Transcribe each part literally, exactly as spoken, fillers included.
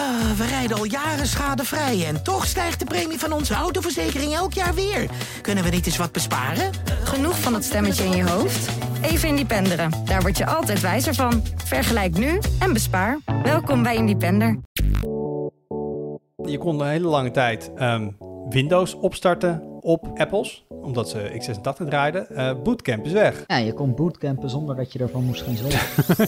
Uh, we rijden al jaren schadevrij en toch stijgt de premie van onze autoverzekering elk jaar weer. Kunnen we niet eens wat besparen? Genoeg van dat stemmetje in je hoofd? Even Independeren. Daar word je altijd wijzer van. Vergelijk nu en bespaar. Welkom bij Independer. Je kon een hele lange tijd um, Windows opstarten op Apples, omdat ze x zesentachtig draaiden. Uh, Bootcamp is weg. Ja, je kon bootcampen zonder dat je ervan moest gaan zweten.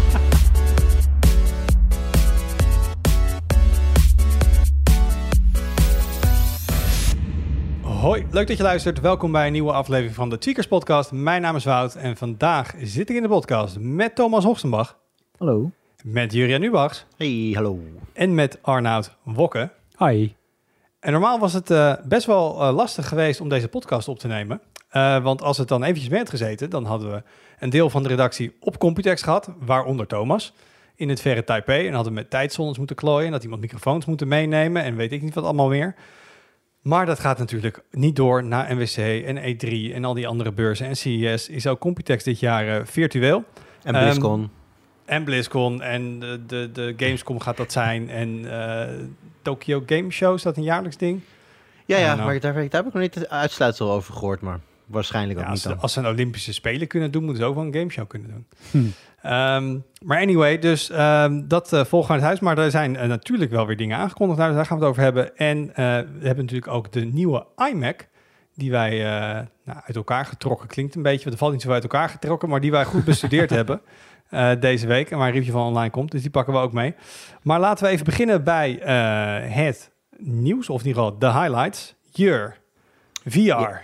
Hoi, leuk dat je luistert. Welkom bij een nieuwe aflevering van de Tweakers Podcast. Mijn naam is Wout en vandaag zit ik in de podcast met Thomas Hoogstenbach. Hallo. Met Jurjen Ubachs. Hey, hallo. En met Arnoud Wokke. Hi. En normaal was het uh, best wel uh, lastig geweest om deze podcast op te nemen. Uh, want als het dan eventjes mee had gezeten, dan hadden we een deel van de redactie op Computex gehad, waaronder Thomas, in het verre Taipei. En hadden we met tijdzones moeten klooien en dat iemand microfoons moeten meenemen en weet ik niet wat allemaal meer. Maar dat gaat natuurlijk niet door naar N W C en E drie en al die andere beurzen. En C E S is ook Computex dit jaar uh, virtueel. En BlizzCon. Um, en BlizzCon en de, de, de Gamescom gaat dat zijn. En uh, Tokyo Game Show, is dat een jaarlijks ding? Ja, ja, maar daar, daar heb ik nog niet het uitsluitsel over gehoord, maar waarschijnlijk ook ja, niet als, dan. Als ze een Olympische Spelen kunnen doen, moeten ze ook wel een gameshow kunnen doen. Hm. Um, maar anyway, dus um, dat uh, volgt aan het huis. Maar er zijn uh, natuurlijk wel weer dingen aangekondigd. Nou, daar gaan we het over hebben. En uh, we hebben natuurlijk ook de nieuwe iMac, die wij uh, nou, uit elkaar getrokken. Klinkt een beetje, want er valt niet zo uit elkaar getrokken, maar die wij goed bestudeerd hebben uh, deze week. En waar een review van online komt, dus die pakken we ook mee. Maar laten we even beginnen bij uh, het nieuws, of in ieder geval de highlights. Jur, V R. Ja.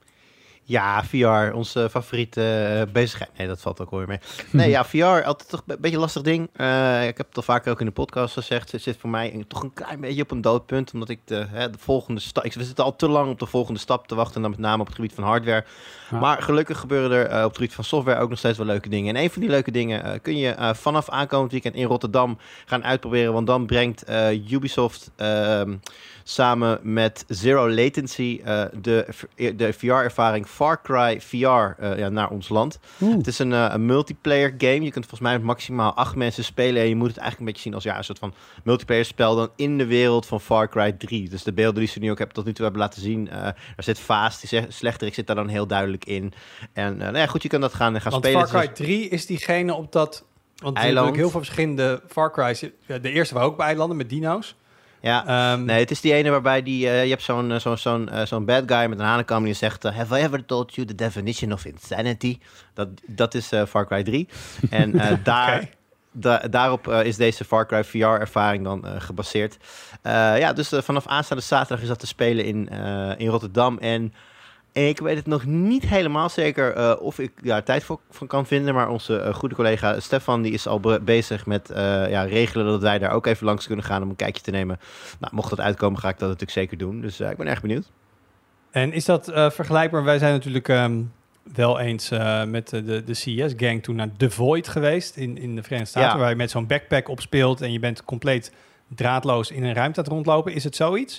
Ja, V R, onze favoriete uh, bezigheid. Nee, dat valt ook alweer mee. Nee, ja, V R, altijd toch een beetje een lastig ding. Uh, ik heb het al vaker ook in de podcast gezegd. Het zit voor mij toch een klein beetje op een doodpunt. Omdat ik de, hè, de volgende stap... We zitten al te lang op de volgende stap te wachten. En dan met name op het gebied van hardware. Ja. Maar gelukkig gebeuren er uh, op het gebied van software ook nog steeds wel leuke dingen. En een van die leuke dingen uh, kun je uh, vanaf aankomend weekend in Rotterdam gaan uitproberen. Want dan brengt uh, Ubisoft... Uh, samen met Zero Latency uh, de, de V R-ervaring Far Cry V R uh, ja, naar ons land. Oeh. Het is een, uh, een multiplayer game. Je kunt volgens mij met maximaal acht mensen spelen. En je moet het eigenlijk een beetje zien als ja, een soort van multiplayer spel dan in de wereld van Far Cry drie. Dus de beelden die ze nu ook hebben, tot nu toe hebben laten zien. Uh, er zit Fast, die slechterik zit daar dan heel duidelijk in. En uh, nou ja, goed, je kan dat gaan, gaan want spelen. Want Far Cry drie is diegene op dat... Want er zijn ook heel veel verschillende Far Cry's. De eerste waren ook bij eilanden met dino's. Ja, um, nee, het is die ene waarbij die, uh, je hebt zo'n, uh, zo'n, zo'n, uh, zo'n bad guy met een hanenkam die zegt... Uh, Have I ever told you the definition of insanity? Dat, dat is uh, Far Cry drie. En uh, daar, okay. da, daarop uh, is deze Far Cry V R-ervaring dan uh, gebaseerd. Uh, ja, dus uh, vanaf aanstaande zaterdag is dat te spelen in, uh, in Rotterdam. En... En ik weet het nog niet helemaal zeker uh, of ik daar ja, tijd voor van kan vinden. Maar onze uh, goede collega Stefan die is al be- bezig met uh, ja, regelen dat wij daar ook even langs kunnen gaan om een kijkje te nemen. Nou, mocht dat uitkomen, ga ik dat natuurlijk zeker doen. Dus uh, ik ben erg benieuwd. En is dat uh, vergelijkbaar? Wij zijn natuurlijk um, wel eens uh, met de, de C E S-gang toen naar The Void geweest in, in de Verenigde Staten. Ja. Waar je met zo'n backpack op speelt en je bent compleet draadloos in een ruimte aan het rondlopen. Is het zoiets?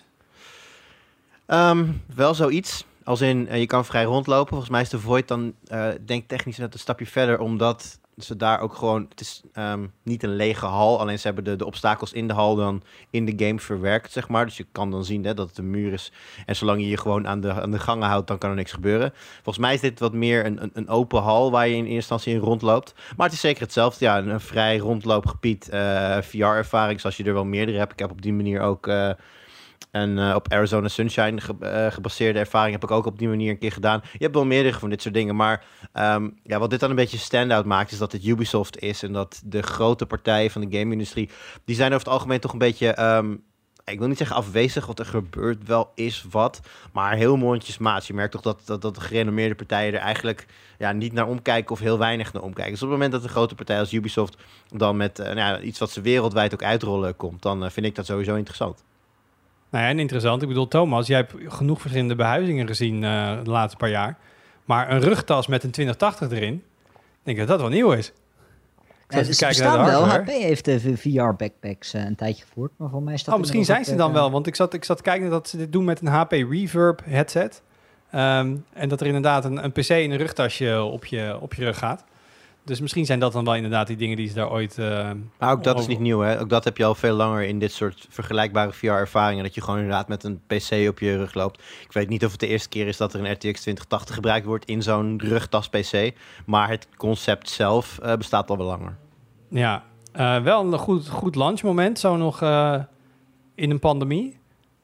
Um, wel zoiets. Als in, uh, je kan vrij rondlopen. Volgens mij is de Void dan, uh, denk technisch net een stapje verder, omdat ze daar ook gewoon... Het is um, niet een lege hal, alleen ze hebben de, de obstakels in de hal dan in de game verwerkt, zeg maar. Dus je kan dan zien hè, dat het een muur is. En zolang je je gewoon aan de, aan de gangen houdt, dan kan er niks gebeuren. Volgens mij is dit wat meer een, een, een open hal waar je in eerste instantie in rondloopt. Maar het is zeker hetzelfde. Ja, een, een vrij rondloopgebied, uh, V R-ervaring, zoals je er wel meerdere hebt. Ik heb op die manier ook... Uh, En uh, op Arizona Sunshine ge- uh, gebaseerde ervaring heb ik ook op die manier een keer gedaan. Je hebt wel meerdere van dit soort dingen. Maar um, ja, wat dit dan een beetje stand-out maakt, is dat het Ubisoft is. En dat de grote partijen van de game-industrie, die zijn over het algemeen toch een beetje... Um, ik wil niet zeggen afwezig, want er gebeurt wel is wat. Maar heel mondjesmaat. Je merkt toch dat, dat, dat de gerenommeerde partijen er eigenlijk ja, niet naar omkijken of heel weinig naar omkijken. Dus op het moment dat een grote partij als Ubisoft dan met uh, nou ja, iets wat ze wereldwijd ook uitrollen komt, dan uh, vind ik dat sowieso interessant. Nou ja, en interessant. Ik bedoel, Thomas, jij hebt genoeg verschillende behuizingen gezien uh, de laatste paar jaar. Maar een rugtas met een twintig tachtig erin, ik denk dat dat wel nieuw is. Ja, ze bestaan wel. H P heeft de V R-backpacks uh, een tijdje gevoerd. Maar voor mij is dat oh, misschien zijn ze dan wel. Want ik zat, ik zat kijken dat ze dit doen met een H P Reverb headset. Um, en dat er inderdaad een, een P C in een rugtasje op je, op je rug gaat. Dus misschien zijn dat dan wel inderdaad die dingen die ze daar ooit... Uh, maar ook dat over... is niet nieuw, hè? Ook dat heb je al veel langer in dit soort vergelijkbare V R-ervaringen. Dat je gewoon inderdaad met een P C op je rug loopt. Ik weet niet of het de eerste keer is dat er een R T X twintig tachtig gebruikt wordt in zo'n rugtas-P C. Maar het concept zelf uh, bestaat al wel langer. Ja, uh, wel een goed, goed launchmoment. Zo nog uh, in een pandemie.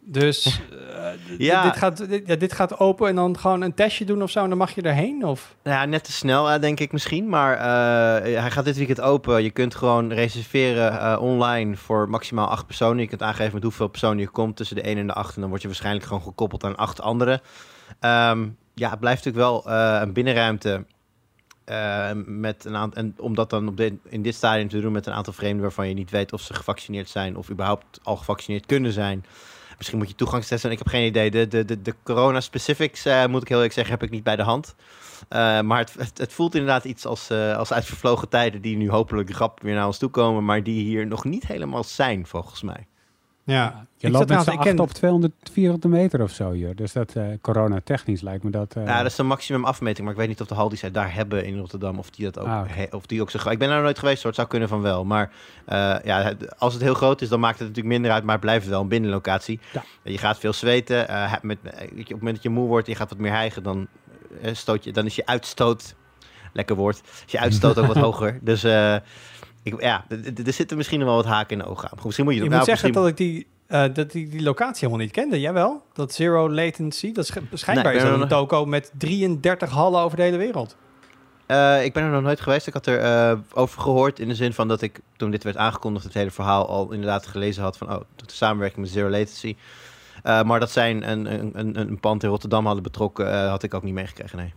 Dus uh, ja. dit, gaat, dit, ja, dit gaat open en dan gewoon een testje doen of zo en dan mag je erheen? Of? Ja, net te snel uh, denk ik misschien, maar uh, hij gaat dit weekend open. Je kunt gewoon reserveren uh, online voor maximaal acht personen. Je kunt aangeven met hoeveel personen je komt tussen de één en de acht en dan word je waarschijnlijk gewoon gekoppeld aan acht anderen. Um, ja, het blijft natuurlijk wel uh, een binnenruimte. Uh, met een aantal, en om dat dan op de, in dit stadium te doen met een aantal vreemden waarvan je niet weet of ze gevaccineerd zijn of überhaupt al gevaccineerd kunnen zijn. Misschien moet je toegangstest doen. Ik heb geen idee. De, de, de, de corona-specifics, uh, moet ik heel eerlijk zeggen, heb ik niet bij de hand. Uh, maar het, het, het voelt inderdaad iets als, uh, als uit vervlogen tijden die nu hopelijk rap weer naar ons toe komen, maar die hier nog niet helemaal zijn, volgens mij. Ja, je loopt met z'n acht ken... op tweehonderd, vierhonderd meter of zo hier. Dus dat uh, corona-technisch lijkt me dat... Uh... Ja, dat is een maximum afmeting. Maar ik weet niet of de hal die zij daar hebben in Rotterdam, of die dat ook... Ah, okay. he, of die ook zo... Ik ben daar nog nooit geweest, hoor. Het zou kunnen van wel. Maar uh, ja, als het heel groot is, dan maakt het natuurlijk minder uit. Maar het blijft wel een binnenlocatie. Ja. Je gaat veel zweten. Uh, met, op het moment dat je moe wordt en je gaat wat meer hijgen, dan, uh, stoot je, dan is je uitstoot... Lekker woord. Is je uitstoot ook wat hoger. Dus... Uh, Ik, ja, er zitten misschien nog wel wat haken in de ogen aan. Misschien moet je, je nou, moet zeggen misschien... dat ik die, uh, dat die, die locatie helemaal niet kende. Jawel, dat zero latency. Dat is schijnbaar nee, is dat een toko met drieëndertig hallen over de hele wereld. Uh, ik ben er nog nooit geweest. Ik had er uh, over gehoord in de zin van dat ik, toen dit werd aangekondigd, het hele verhaal al inderdaad gelezen had van, oh, de samenwerking met zero latency. Uh, maar dat zij een, een, een, een pand in Rotterdam hadden betrokken, uh, had ik ook niet meegekregen, nee.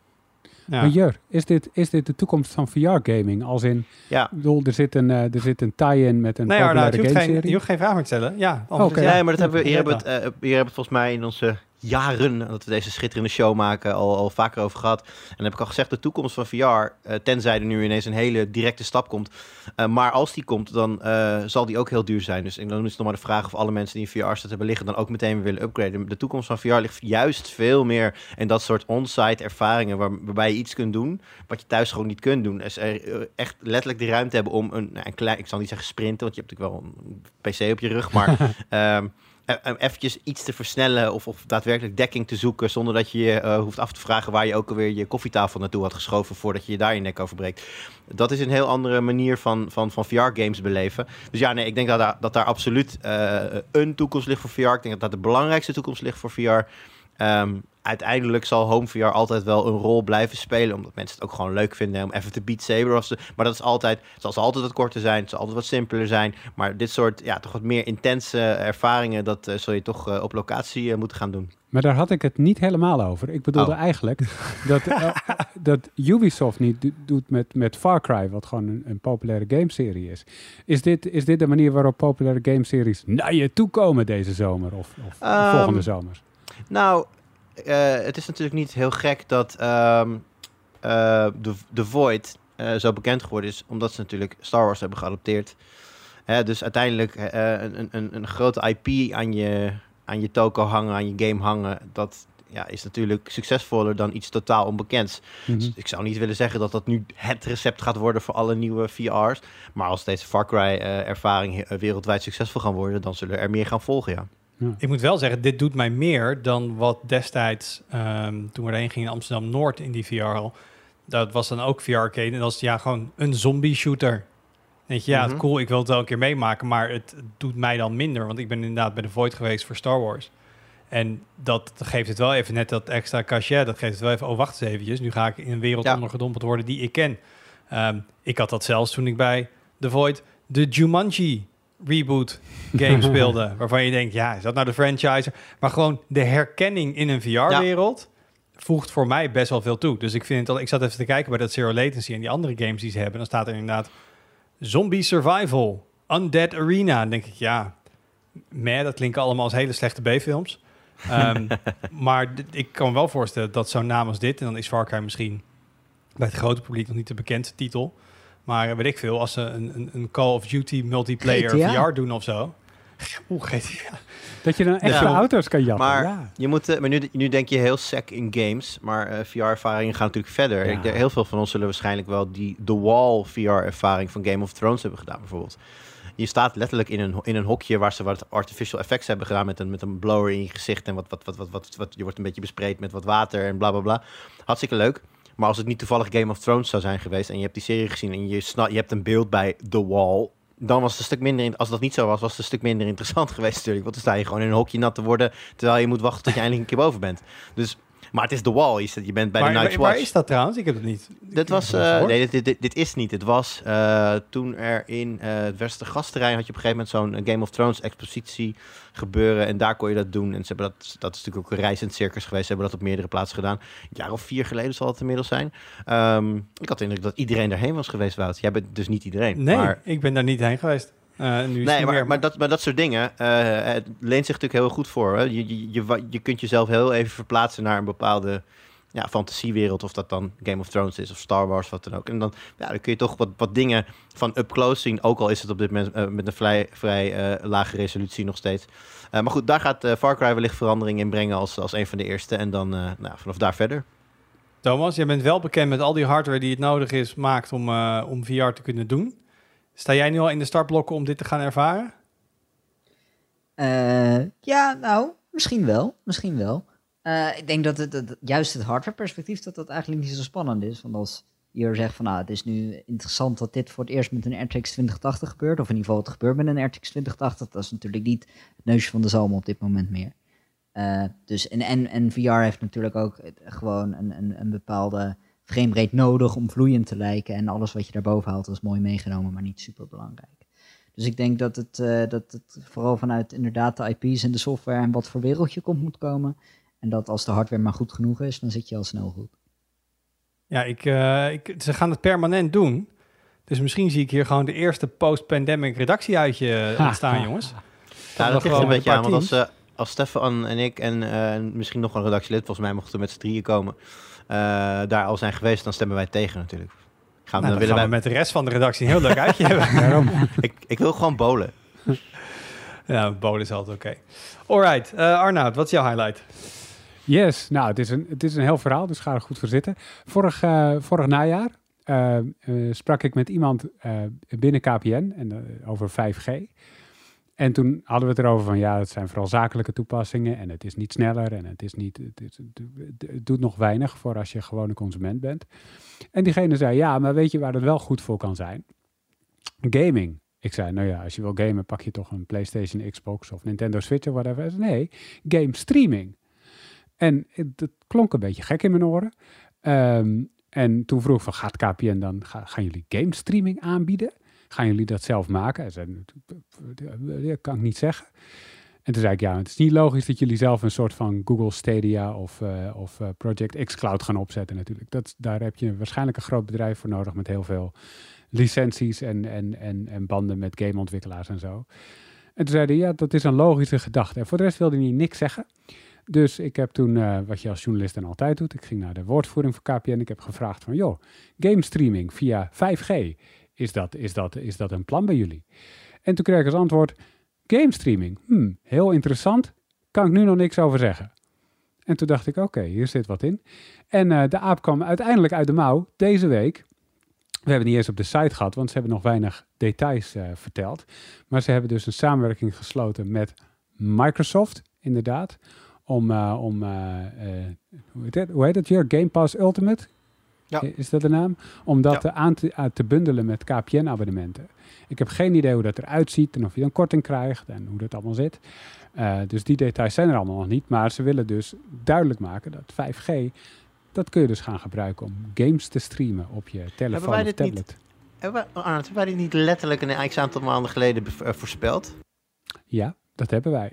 Ja. Maar Jur, is dit, is dit de toekomst van V R-gaming? Als in, ja. bedoel, er zit een, uh, er zit een tie-in met een nee, populaire nou, gameserie. Je hoeft geen vraag meer te stellen. Ja, oh, okay. Nee, maar dat hebben we, hier, hebben we het, uh, hier hebben we het volgens mij in onze jaren dat we deze schitterende show maken al, al vaker over gehad. En dan heb ik al gezegd, de toekomst van V R, uh, tenzij er nu ineens een hele directe stap komt. Uh, maar als die komt, dan uh, zal die ook heel duur zijn. Dus dan is het nog maar de vraag of alle mensen die in V R staat hebben liggen dan ook meteen weer willen upgraden. De toekomst van V R ligt juist veel meer in dat soort on-site ervaringen waar, waarbij je iets kunt doen wat je thuis gewoon niet kunt doen. Dus er echt letterlijk de ruimte hebben om een, nou, een klein, ik zal niet zeggen sprinten, want je hebt natuurlijk wel een P C op je rug, maar um, eventjes iets te versnellen of, of daadwerkelijk dekking te zoeken zonder dat je je uh, hoeft af te vragen waar je ook alweer je koffietafel naartoe had geschoven voordat je je daar je nek over breekt. Dat is een heel andere manier van, van, van V R-games beleven. Dus ja, nee, ik denk dat daar, dat daar absoluut uh, een toekomst ligt voor V R. Ik denk dat dat de belangrijkste toekomst ligt voor V R. Um, uiteindelijk zal home V R altijd wel een rol blijven spelen, omdat mensen het ook gewoon leuk vinden om even te Beat Saber of ze. Maar dat is altijd, het zal altijd wat korter zijn, het zal altijd wat simpeler zijn. Maar dit soort, ja, toch wat meer intense ervaringen, dat uh, zul je toch uh, op locatie uh, moeten gaan doen. Maar daar had ik het niet helemaal over. Ik bedoelde oh. eigenlijk dat, uh, dat Ubisoft niet do- doet met, met Far Cry, wat gewoon een, een populaire gameserie is. Is dit, is dit de manier waarop populaire gameseries naar je toe komen deze zomer of, of um, volgende zomer? Nou, uh, het is natuurlijk niet heel gek dat um, uh, The, The Void uh, zo bekend geworden is, omdat ze natuurlijk Star Wars hebben geadopteerd. Uh, dus uiteindelijk uh, een, een, een grote I P aan je, aan je toko hangen, aan je game hangen, dat ja, is natuurlijk succesvoller dan iets totaal onbekends. Mm-hmm. Dus ik zou niet willen zeggen dat dat nu het recept gaat worden voor alle nieuwe V R's. Maar als deze Far Cry uh, ervaring uh, wereldwijd succesvol gaan worden, dan zullen er meer gaan volgen, ja. Ja. Ik moet wel zeggen, dit doet mij meer dan wat destijds, um, toen we erheen gingen in Amsterdam-Noord in die V R-hal. Dat was dan ook V R-arcade en dat is ja gewoon een zombie-shooter. Weet je, ja, mm-hmm. het cool, ik wil het wel een keer meemaken, maar het, het doet mij dan minder. Want ik ben inderdaad bij The Void geweest voor Star Wars. En dat geeft het wel even net dat extra cachet. Dat geeft het wel even, oh wacht eens eventjes, nu ga ik in een wereld ja. ondergedompeld worden die ik ken. Um, ik had dat zelfs toen ik bij The Void de Jumanji reboot game speelde, waarvan je denkt, ja, is dat nou de franchise? Maar gewoon de herkenning in een V R-wereld ja. voegt voor mij best wel veel toe. Dus ik vind het al, ik zat even te kijken bij dat Zero Latency en die andere games die ze hebben. Dan staat er inderdaad Zombie Survival, Undead Arena. Dan denk ik, ja, meh, dat klinken allemaal als hele slechte B-films. Um, maar d- ik kan me wel voorstellen dat zo'n naam als dit, en dan is Far Cry misschien bij het grote publiek nog niet de bekendste titel. Maar weet ik veel, als ze een, een, een Call of Duty multiplayer V R doen of zo. Oeh, G T A. Dat je dan echt ja. auto's kan jatten. Maar, ja. je moet, uh, maar nu, nu denk je heel sec in games, maar uh, V R-ervaringen gaan natuurlijk verder. Ja. Ik, heel veel van ons zullen waarschijnlijk wel die The Wall V R-ervaring van Game of Thrones hebben gedaan, bijvoorbeeld. Je staat letterlijk in een, in een hokje waar ze wat artificial effects hebben gedaan met een, met een blower in je gezicht en wat, wat, wat, wat, wat, wat, je wordt een beetje bespreid met wat water en bla bla bla. Hartstikke leuk. Maar als het niet toevallig Game of Thrones zou zijn geweest en je hebt die serie gezien en je, sna- je hebt een beeld bij The Wall, dan was het een stuk minder, als dat niet zo was, was het een stuk minder interessant geweest natuurlijk. Want dan sta je gewoon in een hokje nat te worden, terwijl je moet wachten tot je eindelijk een keer boven bent. Dus, maar het is The Wall, je, je bent bij maar, de Night's Watch. Watch. Waar is dat trouwens? Ik heb het niet. Dit was, uh, nee, dit, dit, dit, dit is niet. Het was uh, toen er in uh, het Westergasterrein had je op een gegeven moment zo'n Game of Thrones expositie gebeuren en daar kon je dat doen. En ze hebben dat, dat is natuurlijk ook een reis in het circus geweest. Ze hebben dat op meerdere plaatsen gedaan. Een jaar of vier geleden zal het inmiddels zijn. Um, ik had de indruk dat iedereen daarheen was geweest, Wout. Jij bent dus niet iedereen. Nee, maar... ik ben daar niet heen geweest. Uh, nu nee, maar, meer... maar, dat, maar dat soort dingen uh, het leent zich natuurlijk heel goed voor. Hè? Je, je, je, je kunt jezelf heel even verplaatsen naar een bepaalde ja, fantasiewereld. Of dat dan Game of Thrones is of Star Wars, wat dan ook. En dan, ja, dan kun je toch wat, wat dingen van up close zien. Ook al is het op dit moment uh, met een vrij, vrij uh, lage resolutie nog steeds. Uh, maar goed, daar gaat uh, Far Cry wellicht verandering in brengen als, als een van de eerste. En dan uh, nou, vanaf daar verder. Thomas, jij bent wel bekend met al die hardware die het nodig is maakt om, uh, om V R te kunnen doen. Sta jij nu al in de startblokken om dit te gaan ervaren? Uh, ja, nou, misschien wel. Misschien wel. Uh, ik denk dat het, het juist het hardwareperspectief dat dat eigenlijk niet zo spannend is. Want als je zegt van, nou, het is nu interessant dat dit voor het eerst met een R T X twintig tachtig gebeurt. Of in ieder geval het gebeurt met een R T X twintig tachtig. Dat is natuurlijk niet het neusje van de zalm op dit moment meer. Uh, dus, en, en, en V R heeft natuurlijk ook gewoon een, een, een bepaalde framerate nodig om vloeiend te lijken. En alles wat je daarboven haalt is mooi meegenomen, maar niet super belangrijk. Dus ik denk dat het, uh, dat het vooral vanuit inderdaad de I P's en de software en wat voor wereldje komt moet komen. En dat als de hardware maar goed genoeg is, dan zit je al snel goed. Ja, ik, uh, ik, ze gaan het permanent doen. Dus misschien zie ik hier gewoon de eerste post-pandemic redactieuitje ontstaan, jongens. Ja, dat ligt een beetje aan, want als, uh, als Stefan en ik en uh, misschien nog een redactielid, volgens mij mochten we met z'n drieën komen, uh, daar al zijn geweest, dan stemmen wij tegen natuurlijk. Gaan we, nou, dan, dan willen gaan wij met de rest van de redactie een heel leuk uitje hebben. Waarom? ik, ik wil gewoon bowlen. Ja, bowlen is altijd oké. Okay. Alright, uh, Arnoud, wat is jouw highlight? Yes, nou, het is een, het is een heel verhaal, dus ga er goed voor zitten. Vorig, uh, vorig najaar uh, uh, sprak ik met iemand uh, binnen K P N en, uh, over vijf G. En toen hadden we het erover van, ja, het zijn vooral zakelijke toepassingen en het is niet sneller en het, is niet, het, is, het doet nog weinig voor als je gewoon een consument bent. En diegene zei, ja, maar weet je waar het wel goed voor kan zijn? Gaming. Ik zei, nou ja, als je wil gamen, pak je toch een PlayStation, Xbox of Nintendo Switch of whatever. Zei, nee, game streaming. En dat klonk een beetje gek in mijn oren. Um, en toen vroeg ik van, gaat K P N dan, ga, gaan jullie game streaming aanbieden? Gaan jullie dat zelf maken? Hij zei, dat kan ik niet zeggen. En toen zei ik, ja, het is niet logisch dat jullie zelf een soort van Google Stadia of, uh, of uh, Project xCloud gaan opzetten natuurlijk. Dat, daar heb je waarschijnlijk een groot bedrijf voor nodig met heel veel licenties en, en, en, en banden met gameontwikkelaars en zo. En toen zei hij, ja, dat is een logische gedachte. En voor de rest wilde hij niks zeggen. Dus ik heb toen, uh, wat je als journalist dan altijd doet, ik ging naar de woordvoering van K P N. Ik heb gevraagd van, joh, game streaming via vijf G, is dat, is dat, is dat een plan bij jullie? En toen kreeg ik als antwoord, game streaming, hmm, heel interessant, kan ik nu nog niks over zeggen. En toen dacht ik, oké, okay, hier zit wat in. En uh, de aap kwam uiteindelijk uit de mouw deze week. We hebben niet eens op de site gehad, want ze hebben nog weinig details uh, verteld. Maar ze hebben dus een samenwerking gesloten met Microsoft, inderdaad. Om, uh, om uh, uh, hoe heet het, hoe heet het hier? Game Pass Ultimate? Ja. Is dat de naam? Om dat ja. aan te, uh, te bundelen met K P N-abonnementen. Ik heb geen idee hoe dat eruit ziet en of je dan korting krijgt en hoe dat allemaal zit. Uh, dus die details zijn er allemaal nog niet. Maar ze willen dus duidelijk maken dat vijf G, dat kun je dus gaan gebruiken om games te streamen op je telefoon of tablet. Niet, hebben, wij, Arnold, hebben wij dit niet letterlijk een x-aantal maanden geleden uh, voorspeld? Ja. Dat hebben wij.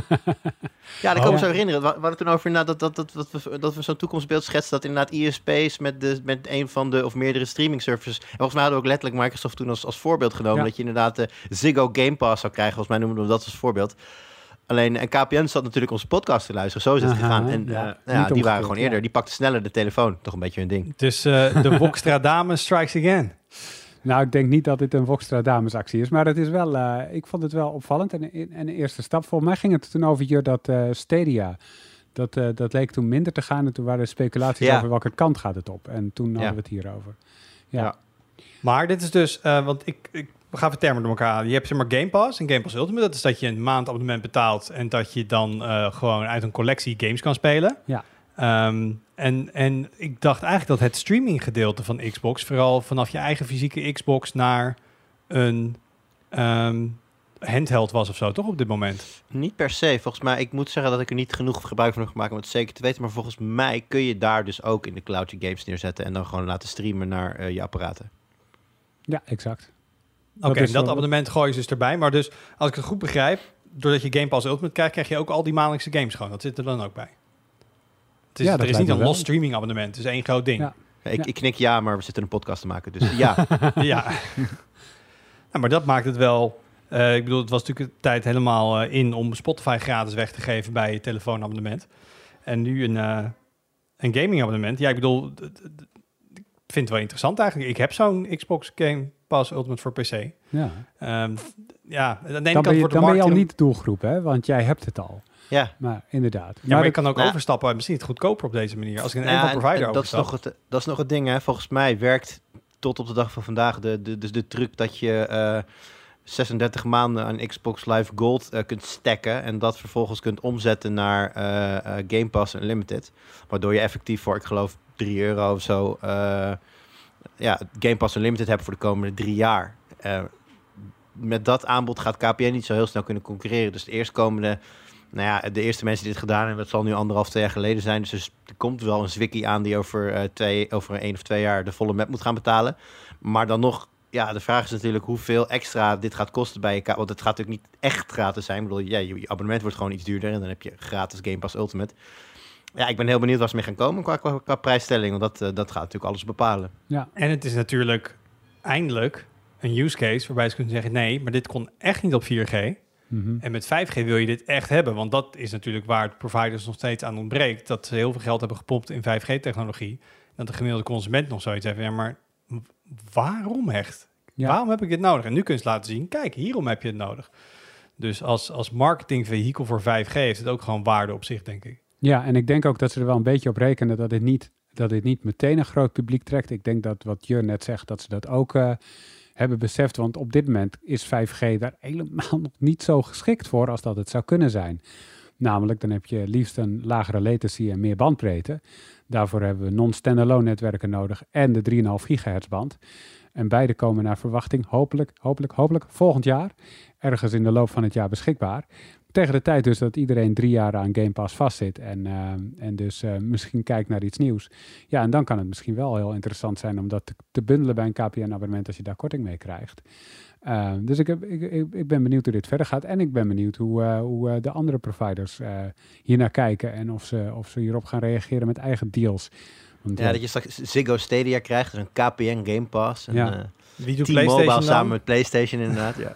Ja, dat kan ik me zo herinneren. We hadden toen over dat, dat, dat, dat, dat we, dat we zo'n toekomstbeeld schetsen dat inderdaad I S P's met, de, met een van de of meerdere streaming services. En volgens mij hadden we ook letterlijk Microsoft toen als, als voorbeeld genomen. Ja. Dat je inderdaad de Ziggo Game Pass zou krijgen. Volgens mij noemen we dat als voorbeeld. Alleen, en K P N zat natuurlijk onze podcast te luisteren. Zo is het Aha, gegaan. En ja, uh, ja, die waren gewoon eerder. Ja. Die pakten sneller de telefoon. Toch een beetje hun ding. Dus uh, de Wokstra dame strikes again. Nou, ik denk niet dat dit een Voxtra damesactie is, maar het is wel, uh, ik vond het wel opvallend en, en een eerste stap. Volgens mij ging het toen over je dat uh, Stadia, dat, uh, dat leek toen minder te gaan en toen waren er speculaties ja. over welke kant gaat het op. En toen hadden ja. we het hierover. Ja. ja. Maar dit is dus, uh, want ik, ik we gaan even termen door elkaar halen. Je hebt zeg maar Game Pass en Game Pass Ultimate. Dat is dat je een maandabonnement betaalt en dat je dan uh, gewoon uit een collectie games kan spelen. Ja. Um, en, en ik dacht eigenlijk dat het streaminggedeelte van Xbox vooral vanaf je eigen fysieke Xbox naar een um, handheld was of zo, toch op dit moment? Niet per se. Volgens mij, ik moet zeggen dat ik er niet genoeg gebruik van heb gemaakt om het zeker te weten. Maar volgens mij kun je daar dus ook in de cloud je games neerzetten en dan gewoon laten streamen naar uh, je apparaten. Ja, exact. Oké, okay, en dat wel... abonnement gooi je dus erbij. Maar dus, als ik het goed begrijp, doordat je Game Pass Ultimate krijgt, krijg je ook al die maandelijkse games gewoon. Dat zit er dan ook bij. Het is, ja, er is niet een wel. los streaming abonnement. Het is één groot ding. Ja. Ja, ik, ja. ik knik ja, maar we zitten een podcast te maken. Dus ja. ja. Nou, maar dat maakt het wel... Uh, ik bedoel, het was natuurlijk de tijd helemaal uh, in om Spotify gratis weg te geven bij je telefoonabonnement. En nu een, uh, een gaming abonnement. Ja, ik bedoel, d- d- d- ik vind het wel interessant eigenlijk. Ik heb zo'n Xbox Game Pass Ultimate voor P C. Ja. Um, ja, dan, dan, ben je, dan ben je al niet de doelgroep, hè? Want jij hebt het al. Ja. Maar inderdaad. Ja, maar, maar ik kan ook nou, overstappen. Misschien het goedkoper op deze manier. Als ik een nou, enkel provider en, en dat, is nog het, dat is nog het ding, hè. Volgens mij werkt tot op de dag van vandaag de, de, de, de truc dat je uh, zesendertig maanden aan Xbox Live Gold uh, kunt stacken en dat vervolgens kunt omzetten naar uh, uh, Game Pass Unlimited. Waardoor je effectief voor, ik geloof, drie euro of zo uh, ja, Game Pass Unlimited hebt voor de komende drie jaar. Uh, met dat aanbod gaat K P N niet zo heel snel kunnen concurreren. Dus de eerstkomende... Nou ja, de eerste mensen die dit gedaan hebben, dat zal nu anderhalf, twee jaar geleden zijn. Dus er komt wel een zwikkie aan die over, uh, twee, over één of twee jaar de volle map moet gaan betalen. Maar dan nog, ja, de vraag is natuurlijk hoeveel extra dit gaat kosten bij je. Want het gaat natuurlijk niet echt gratis zijn. Ik bedoel, ja, je abonnement wordt gewoon iets duurder en dan heb je gratis Game Pass Ultimate. Ja, ik ben heel benieuwd waar ze mee gaan komen qua, qua, qua prijsstelling. Want dat, uh, dat gaat natuurlijk alles bepalen. Ja. En het is natuurlijk eindelijk een use case waarbij ze kunnen zeggen, nee, maar dit kon echt niet op vier G. Mm-hmm. En met vijf G wil je dit echt hebben, want dat is natuurlijk waar het providers nog steeds aan ontbreekt. Dat ze heel veel geld hebben gepompt in vijf G-technologie. Dat de gemiddelde consument nog zoiets heeft. Ja, maar waarom echt? Ja. Waarom heb ik dit nodig? En nu kun je eens laten zien, kijk, hierom heb je het nodig. Dus als, als marketingvehikel voor vijf G heeft het ook gewoon waarde op zich, denk ik. Ja, en ik denk ook dat ze er wel een beetje op rekenen dat dit niet, dat dit niet meteen een groot publiek trekt. Ik denk dat wat Jur net zegt, dat ze dat ook... Uh, hebben beseft, want op dit moment is vijf G daar helemaal nog niet zo geschikt voor als dat het zou kunnen zijn. Namelijk, dan heb je liefst een lagere latency en meer bandbreedte. Daarvoor hebben we non-standalone netwerken nodig en de drie komma vijf gigahertz band. En beide komen naar verwachting hopelijk, hopelijk, hopelijk volgend jaar, ergens in de loop van het jaar beschikbaar. Tegen de tijd dus dat iedereen drie jaar aan Game Pass vastzit en, uh, en dus uh, misschien kijkt naar iets nieuws. Ja, en dan kan het misschien wel heel interessant zijn om dat te, te bundelen bij een K P N-abonnement als je daar korting mee krijgt. Uh, dus ik, heb, ik, ik, ik ben benieuwd hoe dit verder gaat en ik ben benieuwd hoe, uh, hoe uh, de andere providers uh, hier naar kijken en of ze, of ze hierop gaan reageren met eigen deals. Want, ja, uh, dat je straks Ziggo Stadia krijgt, dus een K P N Game Pass. En, ja. uh, Wie doet T-Mobile samen met PlayStation inderdaad, ja.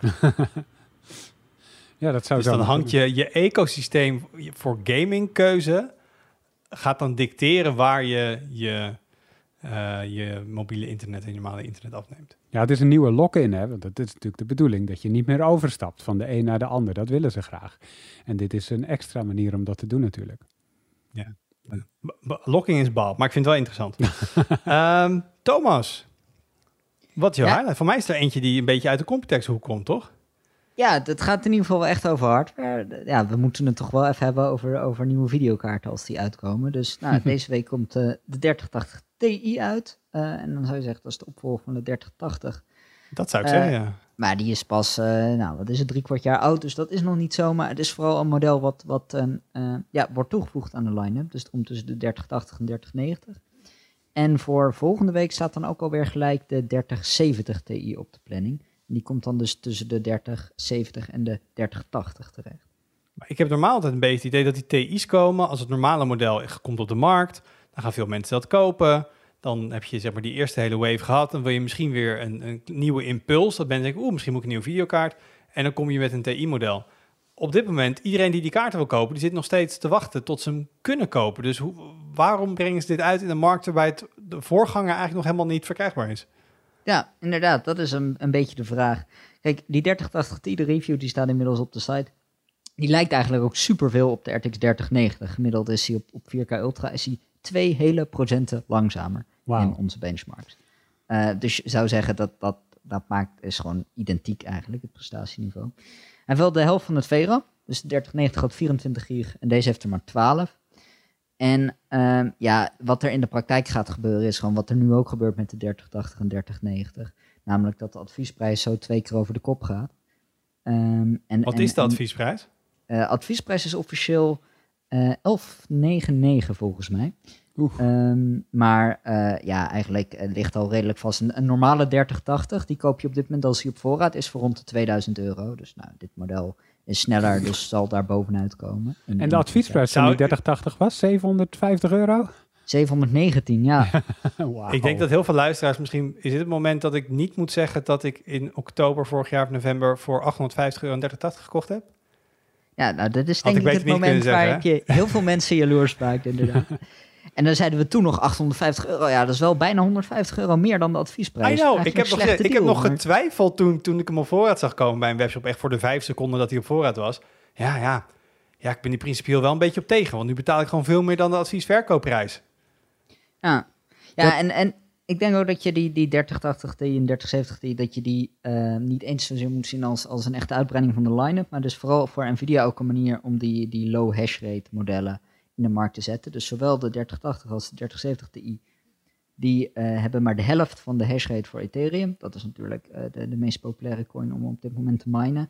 Ja, dat zou dus dan hangt je, je ecosysteem voor gamingkeuze gaat dan dicteren waar je je, uh, je mobiele internet en je normale internet afneemt. Ja, het is een nieuwe lock-in, hè? Want dat is natuurlijk de bedoeling, dat je niet meer overstapt van de een naar de ander. Dat willen ze graag. En dit is een extra manier om dat te doen natuurlijk. Ja, B- lock-in is bal, maar ik vind het wel interessant. um, Thomas, wat is jouw ja? highlight? Voor mij is er eentje die een beetje uit de Computex-hoek komt, toch? Ja, het gaat in ieder geval wel echt over hardware. Ja, we moeten het toch wel even hebben over, over nieuwe videokaarten als die uitkomen. Dus nou, deze week komt uh, de dertig tachtig Ti uit. Uh, en dan zou je zeggen, dat is de opvolger van de dertig tachtig. Dat zou ik uh, zeggen, ja. Maar die is pas, uh, nou, wat is het, drie kwart jaar oud. Dus dat is nog niet zo. Maar het is vooral een model wat, wat um, uh, ja, wordt toegevoegd aan de line-up. Dus het komt tussen de dertig tachtig en dertig negentig. En voor volgende week staat dan ook alweer gelijk de dertig zeventig Ti op de planning. Die komt dan dus tussen de dertig zeventig en de dertig tachtig terecht. Maar ik heb normaal altijd een beetje het idee dat die Ti's komen. Als het normale model komt op de markt, dan gaan veel mensen dat kopen. Dan heb je zeg maar die eerste hele wave gehad. Dan wil je misschien weer een, een nieuwe impuls. Dat mensen denken, oeh, misschien moet ik een nieuwe videokaart. En dan kom je met een Ti-model. Op dit moment, iedereen die die kaarten wil kopen, die zit nog steeds te wachten tot ze hem kunnen kopen. Dus hoe, waarom brengen ze dit uit in de markt waarbij het, de voorganger eigenlijk nog helemaal niet verkrijgbaar is? Ja, inderdaad. Dat is een, een beetje de vraag. Kijk, die dertig tachtig Ti, de review, die staat inmiddels op de site. Die lijkt eigenlijk ook superveel op de R T X dertig negentig. Gemiddeld is hij op, op vier K Ultra is hij twee hele procenten langzamer Wauw. in onze benchmarks. Uh, dus je zou zeggen dat dat, dat maakt, is gewoon identiek eigenlijk, het prestatieniveau. Hij heeft wel de helft van het V RAM. Dus de dertig negentig had vierentwintig gig en deze heeft er maar twaalf. En uh, ja, wat er in de praktijk gaat gebeuren is gewoon wat er nu ook gebeurt met de dertig tachtig en dertig negentig. Namelijk dat de adviesprijs zo twee keer over de kop gaat. Um, en, Wat en, is de en, adviesprijs? Uh, adviesprijs is officieel uh, elf negenennegentig volgens mij. Um, maar uh, ja, eigenlijk uh, ligt al redelijk vast. Een, een normale dertig tachtig, die koop je op dit moment als hij op voorraad is voor rond de tweeduizend euro. Dus nou, dit model is sneller, dus zal daar bovenuit komen. Een, en de adviesprijs van die dertig tachtig was zevenhonderdvijftig euro? zevenhonderdnegentien, ja. Wow. Ik denk dat heel veel luisteraars misschien... Is dit het moment dat ik niet moet zeggen dat ik in oktober vorig jaar of november voor achthonderdvijftig euro een dertig tachtig gekocht heb? Ja, nou, dat is Had denk ik ik het beter niet moment kunnen waar zeggen, ik je heel veel mensen jaloers maakt, inderdaad. En dan zeiden we toen nog achthonderdvijftig euro. Ja, dat is wel bijna honderdvijftig euro meer dan de adviesprijs. I know, Eigenlijk ik heb, een nog, slechte ik heb deal, nog maar- getwijfeld toen, toen ik hem op voorraad zag komen bij een webshop. Echt voor de vijf seconden dat hij op voorraad was. Ja, ja. Ja, ik ben die principieel wel een beetje op tegen. Want nu betaal ik gewoon veel meer dan de adviesverkoopprijs. Ja, ja en, en ik denk ook dat je die, die dertig tachtig Ti en dertig zeventig Ti, dat je die uh, niet eens zozeer moet zien als, als een echte uitbreiding van de line-up, maar dus vooral voor Nvidia ook een manier om die, die low hash rate modellen in de markt te zetten. Dus zowel de dertig tachtig als de dertig zeventig Ti, die uh, hebben maar de helft van de hash rate voor Ethereum. Dat is natuurlijk uh, de, de meest populaire coin om op dit moment te minen.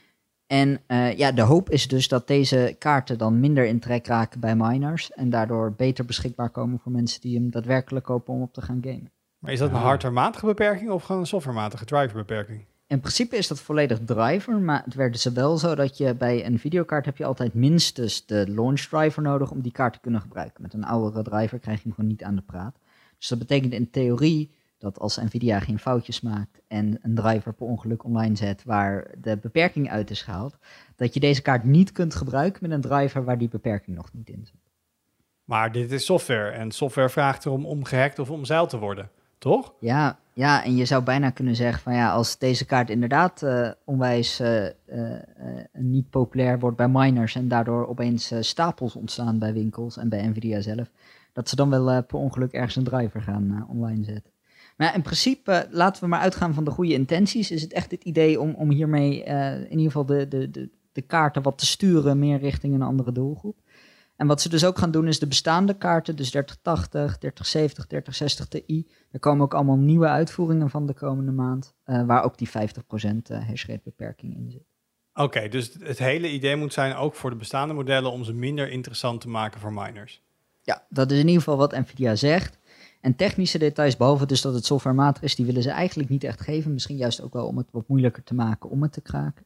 En uh, ja, de hoop is dus dat deze kaarten dan minder in trek raken bij miners en daardoor beter beschikbaar komen voor mensen die hem daadwerkelijk kopen om op te gaan gamen. Maar is dat een Ja. hardwarematige beperking of gewoon een softwarematige driverbeperking? In principe is dat volledig driver, maar het werd dus wel zo dat je bij een videokaart heb je altijd minstens de launch driver nodig om die kaart te kunnen gebruiken. Met een oudere driver krijg je hem gewoon niet aan de praat. Dus dat betekent in theorie dat als Nvidia geen foutjes maakt en een driver per ongeluk online zet waar de beperking uit is gehaald, dat je deze kaart niet kunt gebruiken met een driver waar die beperking nog niet in zit. Maar dit is software en software vraagt erom om gehackt of omzeild te worden, toch? Ja, ja, en je zou bijna kunnen zeggen van ja, als deze kaart inderdaad uh, onwijs uh, uh, uh, niet populair wordt bij miners en daardoor opeens uh, stapels ontstaan bij winkels en bij Nvidia zelf, dat ze dan wel uh, per ongeluk ergens een driver gaan uh, online zetten. Maar ja, in principe, uh, laten we maar uitgaan van de goede intenties, is het echt het idee om, om hiermee uh, in ieder geval de, de, de, de kaarten wat te sturen meer richting een andere doelgroep. En wat ze dus ook gaan doen is de bestaande kaarten, dus dertig tachtig, dertig zeventig, dertig zestig Ti. Er komen ook allemaal nieuwe uitvoeringen van de komende maand, uh, waar ook die vijftig procent uh, hashrate beperking in zit. Oké, okay, dus het hele idee moet zijn ook voor de bestaande modellen om ze minder interessant te maken voor miners. Ja, dat is in ieder geval wat Nvidia zegt. En technische details, behalve dus dat het softwarematig is, die willen ze eigenlijk niet echt geven. Misschien juist ook wel om het wat moeilijker te maken om het te kraken.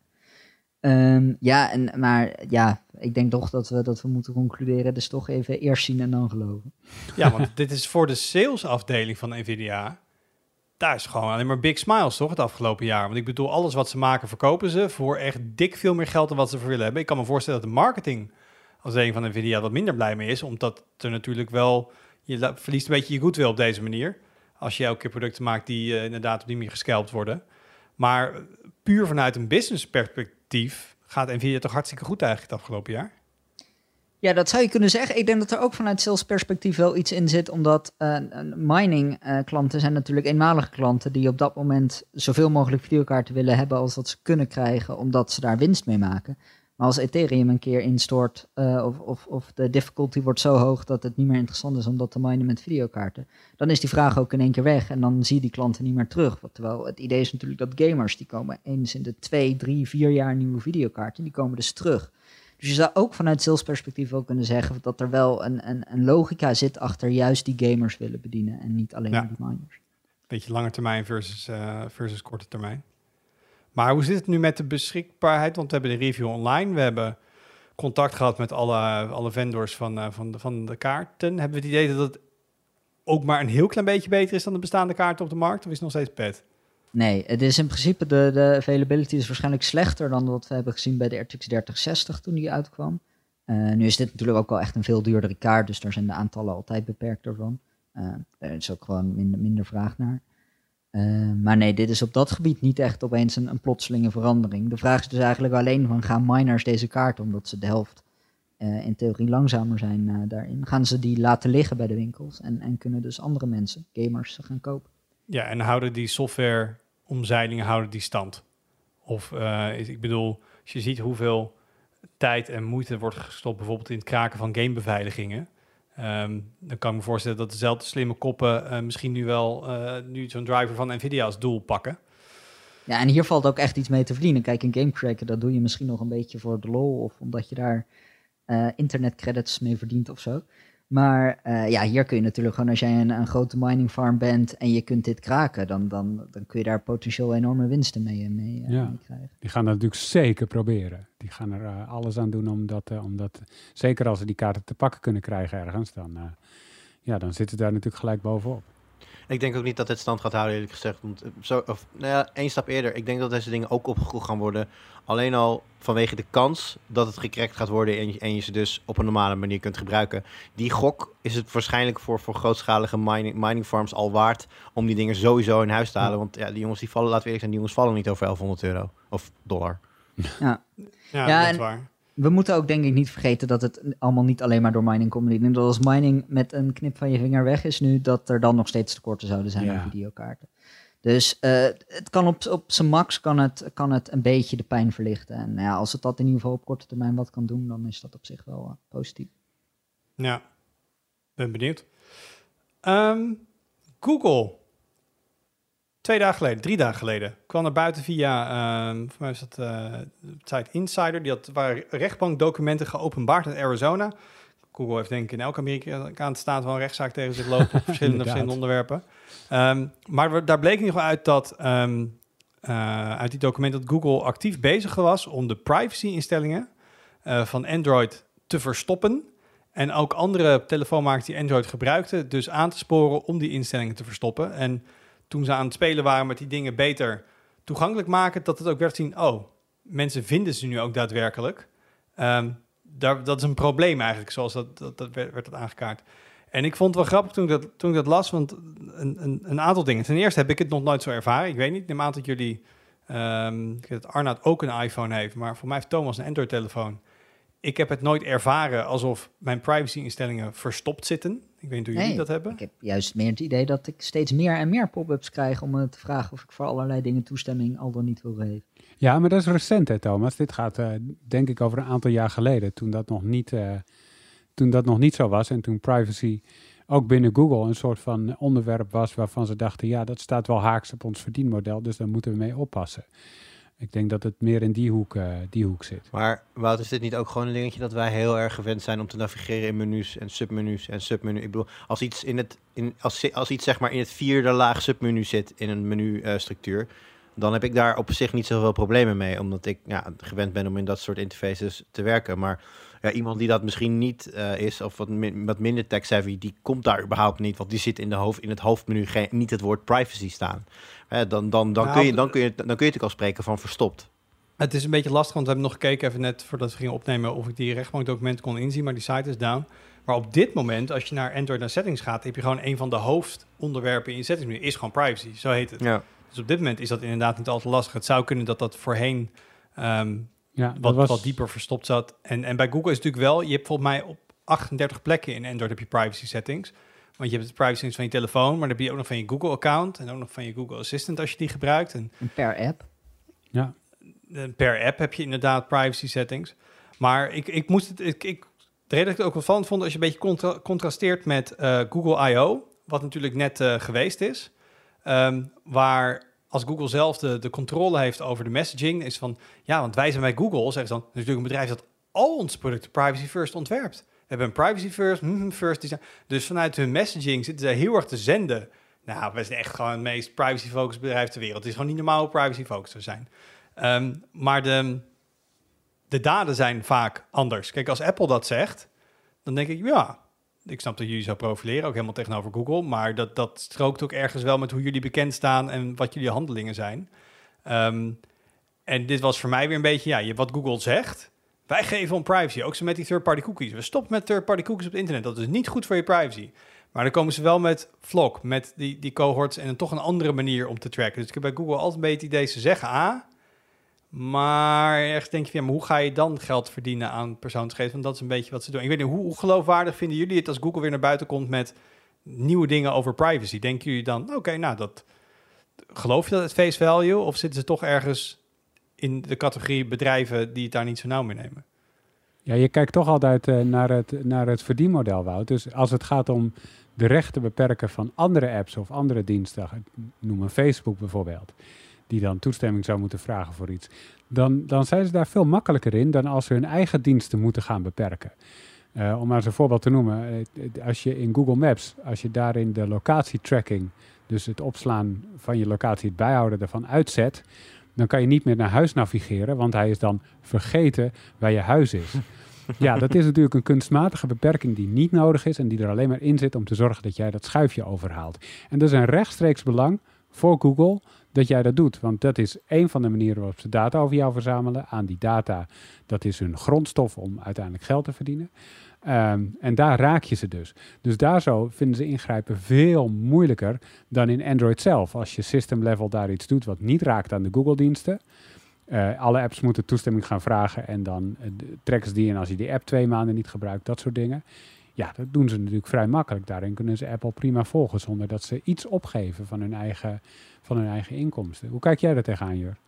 Um, ja, en, maar ja, ik denk toch dat we, dat we moeten concluderen. Dus toch even eerst zien en dan geloven. Ja, want dit is voor de salesafdeling van Nvidia. Daar is gewoon alleen maar big smiles, toch, het afgelopen jaar. Want ik bedoel, alles wat ze maken, verkopen ze voor echt dik veel meer geld dan wat ze ervoor willen hebben. Ik kan me voorstellen dat de marketingafdeling van Nvidia wat minder blij mee is. Omdat er natuurlijk wel, je verliest een beetje je goodwill op deze manier. Als je elke keer producten maakt die uh, inderdaad op die manier gescalpt worden. Maar puur vanuit een business perspectief gaat Nvidia toch hartstikke goed eigenlijk het afgelopen jaar? Ja, dat zou je kunnen zeggen. Ik denk dat er ook vanuit sales perspectief wel iets in zit, omdat uh, mining uh, klanten zijn natuurlijk eenmalige klanten die op dat moment zoveel mogelijk videokaarten willen hebben als dat ze kunnen krijgen, omdat ze daar winst mee maken. Maar als Ethereum een keer instort uh, of, of, of de difficulty wordt zo hoog dat het niet meer interessant is om dat te minen met videokaarten, dan is die vraag ook in één keer weg en dan zie je die klanten niet meer terug. Terwijl het idee is natuurlijk dat gamers, die komen eens in de twee, drie, vier jaar nieuwe videokaarten, die komen dus terug. Dus je zou ook vanuit salesperspectief ook kunnen zeggen dat er wel een, een, een logica zit achter juist die gamers willen bedienen en niet alleen Ja. die miners. Beetje lange termijn versus, uh, versus korte termijn. Maar hoe zit het nu met de beschikbaarheid? Want we hebben de review online. We hebben contact gehad met alle, alle vendors van, uh, van, de, van de kaarten. Hebben we het idee dat het ook maar een heel klein beetje beter is dan de bestaande kaarten op de markt? Of is het nog steeds pet? Nee, het is in principe, de, de availability is waarschijnlijk slechter dan wat we hebben gezien bij de R T X dertig zestig toen die uitkwam. Uh, nu is dit natuurlijk ook wel echt een veel duurdere kaart, dus daar zijn de aantallen altijd beperkter van. Uh, er is ook gewoon minder, minder vraag naar. Uh, maar nee, dit is op dat gebied niet echt opeens een, een plotselinge verandering. De vraag is dus eigenlijk alleen van, gaan miners deze kaart, omdat ze de helft uh, in theorie langzamer zijn uh, daarin, gaan ze die laten liggen bij de winkels en, en kunnen dus andere mensen, gamers, ze gaan kopen. Ja, en houden die softwareomzeilingen houden die stand? Of uh, is, ik bedoel, als je ziet hoeveel tijd en moeite wordt gestopt bijvoorbeeld in het kraken van gamebeveiligingen, Um, dan kan ik me voorstellen dat dezelfde slimme koppen uh, misschien nu wel uh, nu zo'n driver van Nvidia als doel pakken. Ja, en hier valt ook echt iets mee te verdienen. Kijk, een gamecracker, dat doe je misschien nog een beetje voor de lol of omdat je daar uh, internetcredits mee verdient of zo. Maar uh, ja, hier kun je natuurlijk gewoon, als jij een, een grote mining farm bent en je kunt dit kraken, dan, dan, dan kun je daar potentieel enorme winsten mee, mee, uh, ja, mee krijgen. Die gaan dat natuurlijk zeker proberen. Die gaan er uh, alles aan doen om dat, uh, om dat, zeker als ze die kaarten te pakken kunnen krijgen ergens, dan, uh, ja, dan zitten ze daar natuurlijk gelijk bovenop. Ik denk ook niet dat het stand gaat houden, eerlijk gezegd. Want zo, of, nou ja, één stap eerder. Ik denk dat deze dingen ook opgegroeid gaan worden. Alleen al vanwege de kans dat het gecrackt gaat worden en je, en je ze dus op een normale manier kunt gebruiken. Die gok is het waarschijnlijk voor, voor grootschalige mining, mining farms al waard om die dingen sowieso in huis te halen. Want ja, die jongens die vallen, laten we eerlijk zijn, die jongens vallen niet over elfhonderd euro of dollar. Ja, ja, ja dat is en waar. We moeten ook denk ik niet vergeten dat het allemaal niet alleen maar door mining komt. Ik denk dat als mining met een knip van je vinger weg is nu, dat er dan nog steeds tekorten zouden zijn ja. aan videokaarten. Dus uh, het kan op, op zijn max kan het, kan het een beetje de pijn verlichten. En ja, als het dat in ieder geval op korte termijn wat kan doen, dan is dat op zich wel uh, positief. Ja, ben benieuwd. Um, Google. Twee dagen geleden, drie dagen geleden, kwam naar buiten via, um, voor mij is dat uh, de site Insider, die had, waren rechtbankdocumenten geopenbaard in Arizona. Google heeft denk ik in elke Amerikaanse staat wel een rechtszaak tegen zich lopen op verschillende, verschillende onderwerpen. Um, maar we, daar bleek in ieder geval uit dat, um, uh, uit die documenten dat Google actief bezig was om de privacy-instellingen uh, van Android te verstoppen. En ook andere telefoonmakers die Android gebruikten, dus aan te sporen om die instellingen te verstoppen. En toen ze aan het spelen waren met die dingen beter toegankelijk maken, dat het ook werd zien, oh, mensen vinden ze nu ook daadwerkelijk. Um, daar, dat is een probleem eigenlijk, zoals dat, dat, dat werd, werd dat aangekaart. En ik vond het wel grappig toen ik dat, toen ik dat las, want een, een, een aantal dingen. Ten eerste heb ik het nog nooit zo ervaren. Ik weet niet, neem aan dat jullie, um, ik weet dat Arnaud ook een iPhone heeft, maar voor mij heeft Thomas een Android-telefoon. Ik heb het nooit ervaren alsof mijn privacy-instellingen verstopt zitten. Ik weet niet hoe jullie Nee, dat hebben. Ik heb juist meer het idee dat ik steeds meer en meer pop-ups krijg om me te vragen of ik voor allerlei dingen toestemming al dan niet wil geven. Ja, maar dat is recent, hè, Thomas. Dit gaat uh, denk ik over een aantal jaar geleden, toen dat nog niet, uh, toen dat nog niet zo was en toen privacy ook binnen Google een soort van onderwerp was waarvan ze dachten, ja, dat staat wel haaks op ons verdienmodel, dus daar moeten we mee oppassen. Ik denk dat het meer in die hoek, uh, die hoek zit. Maar Wout, is dit niet ook gewoon een dingetje dat wij heel erg gewend zijn om te navigeren in menus en submenus en submenu? Ik bedoel, als iets in het, in, als, als iets zeg maar in het vierde laag submenu zit in een menustructuur, uh, dan heb ik daar op zich niet zoveel problemen mee, omdat ik ja, gewend ben om in dat soort interfaces te werken. Maar ja, iemand die dat misschien niet uh, is, of wat, min, wat minder tech-savvy, die komt daar überhaupt niet, want die zit in, de hoofd, in het hoofdmenu geen, niet het woord privacy staan. Uh, dan, dan, dan, nou, kun je, dan, kun je, dan kun je natuurlijk al spreken van verstopt. Het is een beetje lastig, want we hebben nog gekeken even net voordat we gingen opnemen of ik die rechtbankdocumenten kon inzien, maar die site is down. Maar op dit moment, als je naar Android naar settings gaat, heb je gewoon een van de hoofdonderwerpen in je settingsmenu, is gewoon privacy, zo heet het. Ja. Dus op dit moment is dat inderdaad niet al te lastig. Het zou kunnen dat dat voorheen um, Ja, dat wat, was... wat dieper verstopt zat. En, en bij Google is het natuurlijk wel, je hebt volgens mij op achtendertig plekken in Android heb je privacy settings. Want je hebt de privacy settings van je telefoon, maar dan heb je ook nog van je Google account en ook nog van je Google Assistant als je die gebruikt. En, En per app. Ja. per app heb je inderdaad privacy settings. Maar ik, ik moest het, ik, ik, de reden dat ik het ook wel vond, vond als je een beetje contra- contrasteert met uh, Google I O, wat natuurlijk net uh, geweest is. Um, waar als Google zelf de, de controle heeft over de messaging, is van, ja, want wij zijn bij Google, zeggen ze dan, natuurlijk een bedrijf dat al onze producten privacy first ontwerpt. We hebben een privacy first, mm, first design. Dus vanuit hun messaging zitten ze heel erg te zenden. Nou, we zijn echt gewoon het meest privacy-focused bedrijf ter wereld. Het is gewoon niet normaal hoe privacy-focused te zijn. Um, maar de, de daden zijn vaak anders. Kijk, als Apple dat zegt, dan denk ik, ja, ik snap dat jullie zo profileren, ook helemaal tegenover Google, maar dat, dat strookt ook ergens wel met hoe jullie bekend staan en wat jullie handelingen zijn. Um, en dit was voor mij weer een beetje, ja, wat Google zegt, wij geven om privacy. Ook zo met die third-party cookies. We stoppen met third-party cookies op het internet. Dat is niet goed voor je privacy. Maar dan komen ze wel met Vlog, met die, die cohorts en dan toch een andere manier om te tracken. Dus ik heb bij Google altijd een beetje het idee, ze zeggen A, maar ergens denk je van, ja, maar hoe ga je dan geld verdienen aan persoonsgegevens? Want dat is een beetje wat ze doen. Ik weet niet, hoe, hoe geloofwaardig vinden jullie het als Google weer naar buiten komt met nieuwe dingen over privacy? Denken jullie dan, oké, okay, nou, dat geloof je dat het face value? Of zitten ze toch ergens in de categorie bedrijven die het daar niet zo nauw mee nemen? Ja, je kijkt toch altijd uh, naar, het, naar het verdienmodel, Wout. Dus als het gaat om de rechten beperken van andere apps of andere diensten, noem een Facebook bijvoorbeeld, die dan toestemming zou moeten vragen voor iets, dan, dan zijn ze daar veel makkelijker in dan als ze hun eigen diensten moeten gaan beperken. Uh, om maar eens een voorbeeld te noemen, als je in Google Maps, als je daarin de locatietracking, dus het opslaan van je locatie, het bijhouden daarvan uitzet, dan kan je niet meer naar huis navigeren, want hij is dan vergeten waar je huis is. Ja, dat is natuurlijk een kunstmatige beperking die niet nodig is en die er alleen maar in zit om te zorgen dat jij dat schuifje overhaalt. En dat is een rechtstreeks belang voor Google dat jij dat doet, want dat is een van de manieren waarop ze data over jou verzamelen. Aan die data, dat is hun grondstof om uiteindelijk geld te verdienen. Um, en daar raak je ze dus. Dus daar zo vinden ze ingrijpen veel moeilijker dan in Android zelf. Als je system level daar iets doet wat niet raakt aan de Google-diensten. Uh, alle apps moeten toestemming gaan vragen en dan uh, trekken ze die in als je die app twee maanden niet gebruikt, dat soort dingen. Ja, dat doen ze natuurlijk vrij makkelijk. Daarin kunnen ze Apple prima volgen zonder dat ze iets opgeven van hun eigen, van hun eigen inkomsten. Hoe kijk jij daar tegenaan, Jur?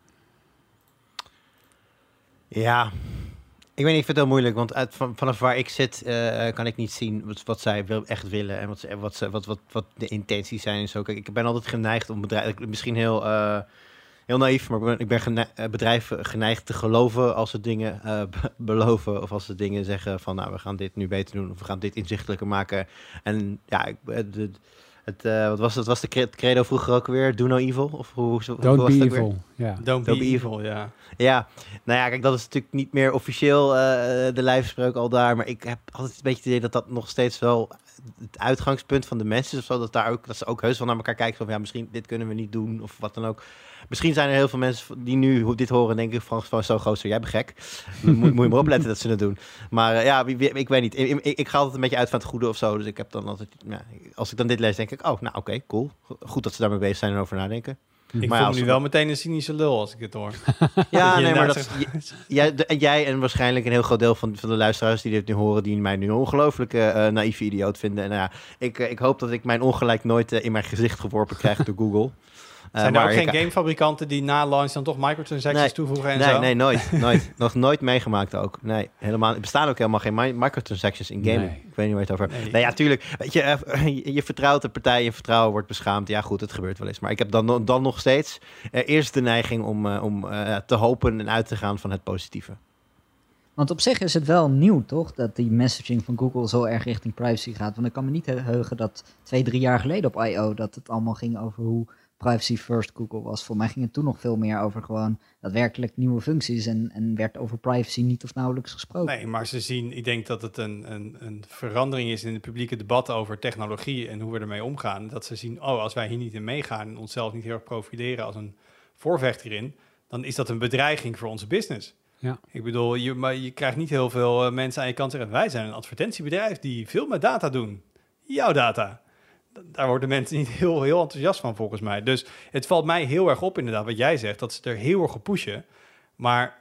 Ja, ik weet niet, ik vind het heel moeilijk, want uit, van, vanaf waar ik zit uh, kan ik niet zien wat, wat zij wil, echt willen en wat, ze, wat, ze, wat, wat, wat de intenties zijn en zo. Kijk, ik ben altijd geneigd om bedrijven, misschien heel, uh, heel naïef, maar ik ben, ik ben gene, bedrijven geneigd te geloven als ze dingen uh, be- beloven of als ze dingen zeggen van, nou, we gaan dit nu beter doen of we gaan dit inzichtelijker maken. En ja, ik, de, het, uh, wat was het? Was de credo vroeger ook weer? Do no evil? Of hoe, hoe, Don't hoe was be het evil. Weer? Ja. Don't, Don't be evil, ja. Ja, nou ja, kijk, dat is natuurlijk niet meer officieel uh, de lijfspreuk al daar, maar ik heb altijd een beetje het idee dat dat nog steeds wel het uitgangspunt van de mensen is of zo, dat, daar ook, dat ze ook heus wel naar elkaar kijken van, ja, misschien dit kunnen we niet doen of wat dan ook. Misschien zijn er heel veel mensen die nu dit horen en denken van, van zo gozer, jij bent gek. Moet, moet je maar opletten dat ze het doen. Maar uh, ja, wie, wie, ik weet niet. Ik, ik, ik ga altijd een beetje uit van het goede of zo, dus ik heb dan altijd, ja, als ik dan dit lees, denk ik, oh, nou oké, okay, cool. Goed dat ze daarmee bezig zijn en over nadenken. Ik maar voel ja, me nu wel meteen een cynische lul als ik dit hoor. Ja, nee, maar dat, jij, de, jij en waarschijnlijk een heel groot deel van, van de luisteraars die dit nu horen, die mij nu een ongelooflijke uh, naïeve idioot vinden. En uh, ja, ik, uh, ik hoop dat ik mijn ongelijk nooit uh, in mijn gezicht geworpen krijg door Google. Uh, Zijn er ook ik, geen gamefabrikanten die na launch dan toch microtransactions nee, toevoegen en nee, zo? Nee, nooit. nooit. Nog nooit meegemaakt ook. Nee, helemaal. Er bestaan ook helemaal geen mi- microtransactions in gaming. Nee. Ik weet niet waar je het over hebt. Nee, nee ja, tuurlijk. Weet je, uh, je, je vertrouwt de partij, je vertrouwen wordt beschaamd. Ja, goed, het gebeurt wel eens. Maar ik heb dan, dan nog steeds uh, eerst de neiging om, uh, om uh, te hopen en uit te gaan van het positieve. Want op zich is het wel nieuw, toch? Dat die messaging van Google zo erg richting privacy gaat. Want ik kan me niet heugen dat twee, drie jaar geleden op I O dat het allemaal ging over hoe privacy first Google was. Voor mij ging het toen nog veel meer over gewoon daadwerkelijk nieuwe functies en, en werd over privacy niet of nauwelijks gesproken. Nee, maar ze zien, ik denk dat het een, een, een verandering is in het publieke debat over technologie en hoe we ermee omgaan. Dat ze zien, oh, als wij hier niet in meegaan en onszelf niet heel erg profileren als een voorvechter hierin, dan is dat een bedreiging voor onze business. Ja. Ik bedoel, je, maar je krijgt niet heel veel uh, mensen aan je kant zeggen, wij zijn een advertentiebedrijf die veel met data doen. Jouw data. Daar worden mensen niet heel, heel enthousiast van, volgens mij. Dus het valt mij heel erg op, inderdaad, wat jij zegt, dat ze er heel erg op pushen. Maar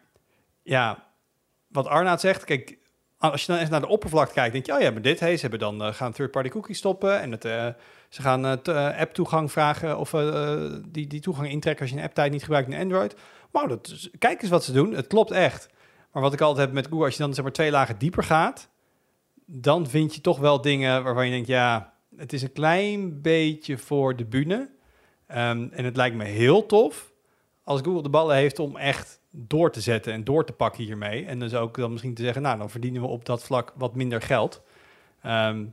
ja, wat Arnaud zegt, kijk, als je dan eens naar de oppervlakte kijkt, denk je, oh ja, maar dit, hey, ze hebben dan uh, gaan third-party cookies stoppen en het, uh, ze gaan uh, t- uh, app-toegang vragen of uh, die, die toegang intrekken als je een app-tijd niet gebruikt in Android. Wauw, dat is, kijk eens wat ze doen. Het klopt echt. Maar wat ik altijd heb met Google, als je dan zeg maar twee lagen dieper gaat, dan vind je toch wel dingen waarvan je denkt, ja, het is een klein beetje voor de bühne. Um, en het lijkt me heel tof als Google de ballen heeft om echt door te zetten en door te pakken hiermee. En dus ook dan misschien te zeggen, nou, dan verdienen we op dat vlak wat minder geld. Um,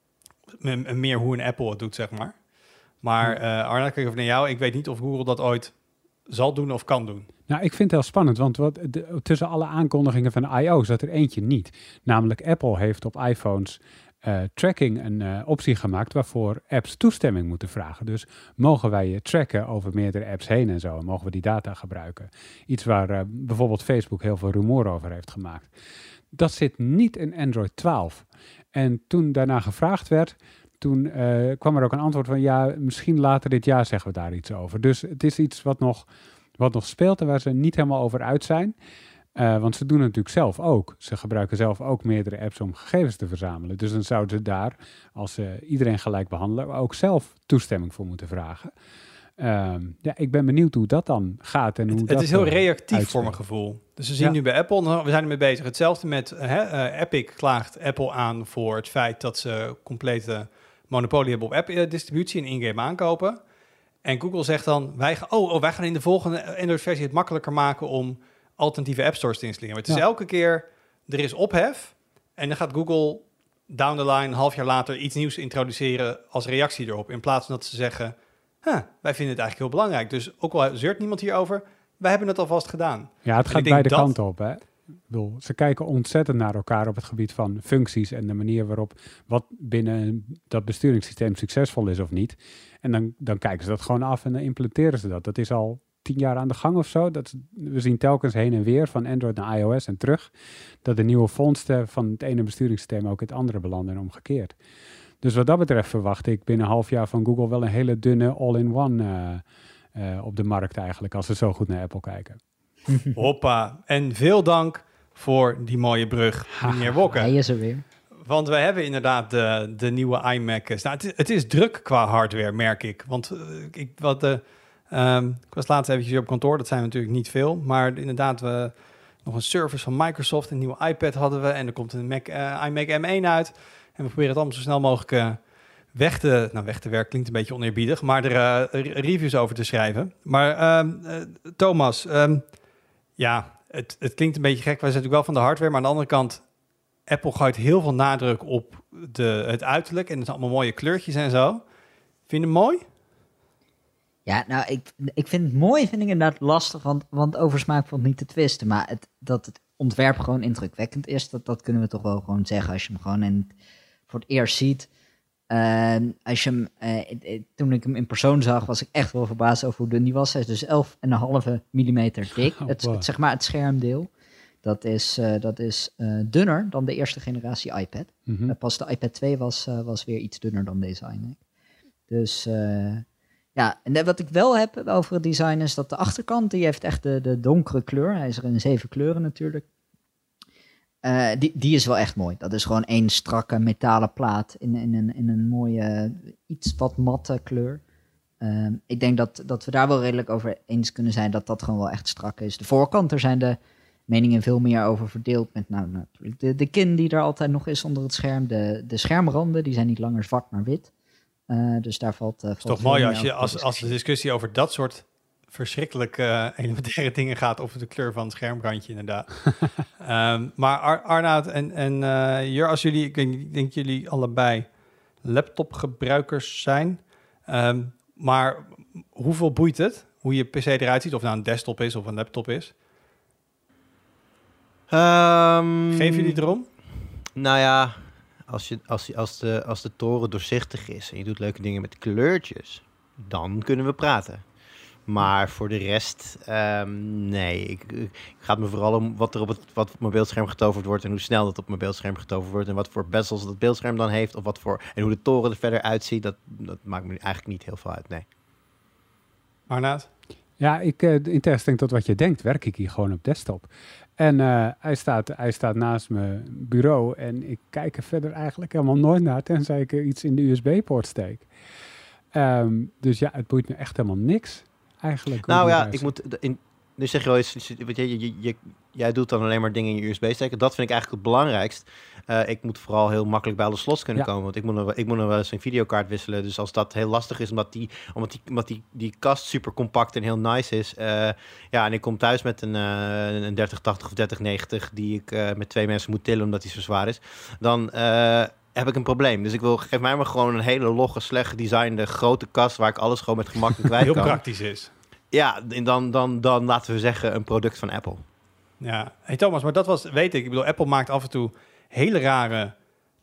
m- meer hoe een Apple het doet, zeg maar. Maar uh, Arna, kijk even naar jou. Ik weet niet of Google dat ooit zal doen of kan doen. Nou, ik vind het heel spannend, want wat, de, tussen alle aankondigingen van I O zat er eentje niet. Namelijk Apple heeft op iPhones uh, tracking een uh, optie gemaakt waarvoor apps toestemming moeten vragen. Dus mogen wij je tracken over meerdere apps heen en zo? En mogen we die data gebruiken? Iets waar uh, bijvoorbeeld Facebook heel veel rumoer over heeft gemaakt. Dat zit niet in Android twaalf. En toen daarna gevraagd werd, toen uh, kwam er ook een antwoord van ja, misschien later dit jaar zeggen we daar iets over. Dus het is iets wat nog, wat nog speelt en waar ze niet helemaal over uit zijn. Uh, want ze doen het natuurlijk zelf ook. Ze gebruiken zelf ook meerdere apps om gegevens te verzamelen. Dus dan zouden ze daar, als ze iedereen gelijk behandelen, ook zelf toestemming voor moeten vragen. Um, ja, ik ben benieuwd hoe dat dan gaat. En hoe het, dat het is heel uh, reactief uitspeelt. voor mijn gevoel. Dus we zien Ja. nu bij Apple, we zijn ermee bezig. Hetzelfde met hè, uh, Epic klaagt Apple aan voor het feit dat ze complete monopolie hebben op app-distributie en in-game aankopen. En Google zegt dan, wij, gaan, oh, oh, wij gaan in de volgende Android-versie het makkelijker maken om alternatieve app stores te installeren. Maar het is Ja. elke keer, er is ophef en dan gaat Google down the line, een half jaar later, iets nieuws introduceren als reactie erop. In plaats van dat ze zeggen, huh, wij vinden het eigenlijk heel belangrijk. Dus ook al zeurt niemand hierover, wij hebben het alvast gedaan. Ja, het En gaat ik denk beide dat- kanten op. Hè? Ik bedoel, ze kijken ontzettend naar elkaar op het gebied van functies en de manier waarop wat binnen dat besturingssysteem succesvol is of niet. En dan, dan kijken ze dat gewoon af en dan implementeren ze dat. Dat is al tien jaar aan de gang of zo. Dat, we zien telkens heen en weer van Android naar iOS en terug. Dat de nieuwe vondsten van het ene besturingssysteem ook in het andere belanden en omgekeerd. Dus wat dat betreft verwacht ik binnen een half jaar van Google wel een hele dunne all-in-one uh, uh, op de markt eigenlijk, als ze zo goed naar Apple kijken. Hoppa. En veel dank voor die mooie brug, meneer Wokker. Hij is er weer. Want we hebben inderdaad de, de nieuwe iMac. Nou, het, is, het is druk qua hardware, merk ik. Want uh, ik, wat de, um, ik was laatst eventjes op kantoor. Dat zijn we natuurlijk niet veel. Maar inderdaad, we nog een service van Microsoft. Een nieuwe iPad hadden we. En er komt een Mac, uh, iMac M één uit. En we proberen het allemaal zo snel mogelijk uh, weg te... Nou, weg te werken klinkt een beetje oneerbiedig. Maar er uh, reviews over te schrijven. Maar um, uh, Thomas, um, ja, het, het klinkt een beetje gek. Wij zijn natuurlijk wel van de hardware. Maar aan de andere kant, Apple gooit heel veel nadruk op de, het uiterlijk. En het zijn allemaal mooie kleurtjes en zo. Vind je het mooi? Ja, nou, ik, ik vind het mooi, vind ik inderdaad lastig, want, want over smaak valt niet te twisten. Maar het, dat het ontwerp gewoon indrukwekkend is, dat, dat kunnen we toch wel gewoon zeggen als je hem gewoon in, voor het eerst ziet. Uh, als je hem, uh, toen ik hem in persoon zag, was ik echt wel verbaasd over hoe dun die was. Hij is dus elf komma vijf millimeter dik, Oh, het, wow. het, zeg maar het schermdeel. Dat is, uh, dat is uh, dunner dan de eerste generatie iPad. Mm-hmm. Uh, pas de iPad twee was, uh, was weer iets dunner dan deze iMac. Dus uh, ja, en wat ik wel heb over het design is dat de achterkant, die heeft echt de, de donkere kleur. Hij is er in zeven kleuren natuurlijk. Uh, die, die is wel echt mooi. Dat is gewoon één strakke metalen plaat in, in, een, in een mooie, iets wat matte kleur. Uh, ik denk dat, dat we daar wel redelijk over eens kunnen zijn dat dat gewoon wel echt strak is. De voorkant, er zijn de meningen veel meer over verdeeld. Met nou, natuurlijk de, de kin die er altijd nog is onder het scherm. De, de schermranden, die zijn niet langer zwart, maar wit. Uh, dus daar valt... Uh, Het is toch mooi als, je, als, als de discussie over dat soort verschrikkelijk uh, elementaire dingen gaat, of de kleur van het schermrandje inderdaad. um, maar Ar Arnoud en, en uh, Jur, als jullie, ik denk, ik denk jullie allebei laptopgebruikers zijn, um, maar hoeveel boeit het? Hoe je P C eruit ziet, of nou een desktop is of een laptop is? Um, Geven jullie erom? Nou ja, als, je, als, je, als, de, als de toren doorzichtig is en je doet leuke dingen met kleurtjes, dan kunnen we praten. Maar voor de rest, um, nee. Ik, ik gaat me vooral om wat er op het wat op mijn beeldscherm getoverd wordt en hoe snel dat op mijn beeldscherm getoverd wordt en wat voor bezels dat beeldscherm dan heeft of wat voor en hoe de toren er verder uitziet. Dat, dat maakt me eigenlijk niet heel veel uit, nee. Arnoud? Ja, ik, uh, in tegenstelling tot wat je denkt, werk ik hier gewoon op desktop. En uh, hij, staat, hij staat naast mijn bureau en ik kijk er verder eigenlijk helemaal nooit naar, tenzij ik er iets in de U S B-poort steek. Um, dus ja, het boeit me echt helemaal niks, eigenlijk. Nou ja, ik moet... In, nu zeg je wel eens, weet je, je, je, jij doet dan alleen maar dingen in je U S B steken. Dat vind ik eigenlijk het belangrijkst. Uh, ik moet vooral heel makkelijk bij alle slots kunnen ja. komen. Want ik moet, nog, ik moet nog wel eens een videokaart wisselen. Dus als dat heel lastig is, omdat die, omdat die, omdat die, die kast super compact en heel nice is. Uh, ja, en ik kom thuis met een, uh, een dertig tachtig of dertig negentig die ik uh, met twee mensen moet tillen omdat die zo zwaar is. Dan... Uh, heb ik een probleem. Dus ik wil, geef mij maar gewoon een hele logge, slecht gedesignde grote kast waar ik alles gewoon met gemak en kwijt heel kan. Heel praktisch is. Ja, en dan, dan, dan laten we zeggen een product van Apple. Ja, hey Thomas, maar dat was, weet ik, ik bedoel, Apple maakt af en toe hele rare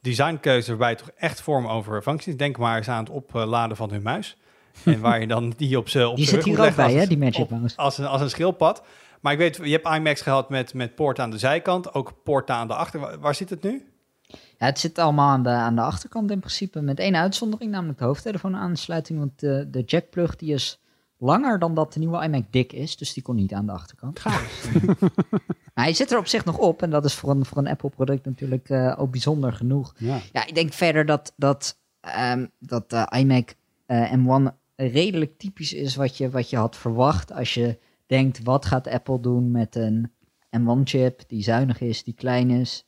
designkeuze waarbij je toch echt vorm over functies. Denk maar eens aan het opladen van hun muis. En waar je dan die op z'n op Die zit hier ook bij, hè, die Magic Mouse. Als een, als een schildpad. Maar ik weet, je hebt iMacs gehad met, met poorten aan de zijkant, ook poorten aan de achter. Waar, waar zit het nu? Ja, het zit allemaal aan de, aan de achterkant in principe, met één uitzondering, namelijk de hoofdtelefoon-aansluiting. Want de, de jackplug die is langer dan dat de nieuwe iMac dik is, dus die kon niet aan de achterkant. Gaaf. Maar hij zit er op zich nog op en dat is voor een, voor een Apple-product natuurlijk uh, ook bijzonder genoeg. Ja. Ja, ik denk verder dat, dat, um, dat de iMac uh, M één redelijk typisch is wat je, wat je had verwacht als je denkt, wat gaat Apple doen met een M één-chip die zuinig is, die klein is,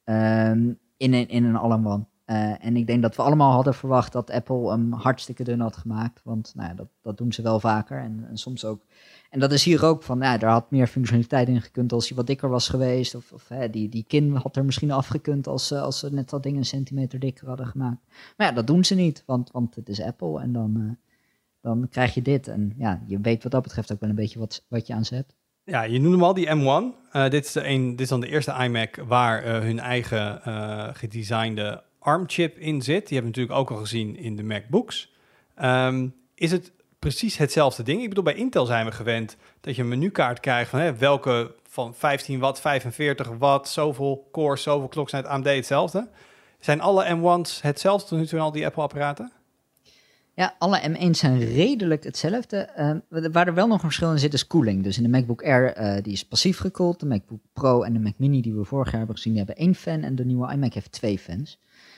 um, in een, in een all-in-one. Uh, en ik denk dat we allemaal hadden verwacht dat Apple hem hartstikke dun had gemaakt. Want nou ja, dat, dat doen ze wel vaker. En, en soms ook. En dat is hier ook van, ja, daar had meer functionaliteit in gekund als hij wat dikker was geweest. Of, of hè, die, die kin had er misschien afgekund als, als ze net dat ding een centimeter dikker hadden gemaakt. Maar ja, dat doen ze niet, want, want het is Apple. En dan, uh, dan krijg je dit. En ja, je weet wat dat betreft ook wel een beetje wat, wat je aan ze hebt. Ja, je noemde hem al, die M één. Uh, dit, is de een, dit is dan de eerste iMac waar uh, hun eigen uh, gedesignde ARM-chip in zit. Die hebben we natuurlijk ook al gezien in de MacBooks. Um, is het precies hetzelfde ding? Ik bedoel, bij Intel zijn we gewend dat je een menukaart krijgt van hè, welke van vijftien watt, vijfenveertig watt, zoveel cores, zoveel kloksnelheid, A M D hetzelfde. Zijn alle M één's hetzelfde tot nu toe in al die Apple-apparaten? Ja, alle M één's zijn redelijk hetzelfde. Uh, waar er wel nog een verschil in zit is koeling. Dus in de MacBook Air, uh, die is passief gekoeld. De MacBook Pro en de Mac Mini die we vorig jaar hebben gezien, die hebben één fan. En de nieuwe iMac heeft twee fans.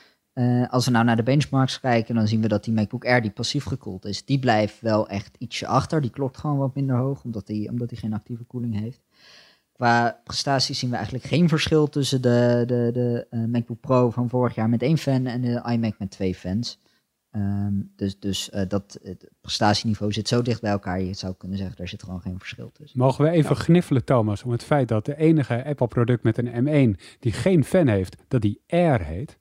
Uh, als we nou naar de benchmarks kijken, dan zien we dat die MacBook Air die passief gekoeld is, die blijft wel echt ietsje achter. Die klokt gewoon wat minder hoog, omdat die, omdat die geen actieve koeling heeft. Qua prestaties zien we eigenlijk geen verschil tussen de, de, de uh, MacBook Pro van vorig jaar met één fan en de iMac met twee fans. Um, dus dus uh, dat het prestatieniveau zit zo dicht bij elkaar. Je zou kunnen zeggen, daar zit gewoon geen verschil tussen. Mogen we even Ja. gniffelen, Thomas, om het feit dat de enige Apple-product met een M één die geen fan heeft, dat die Air heet?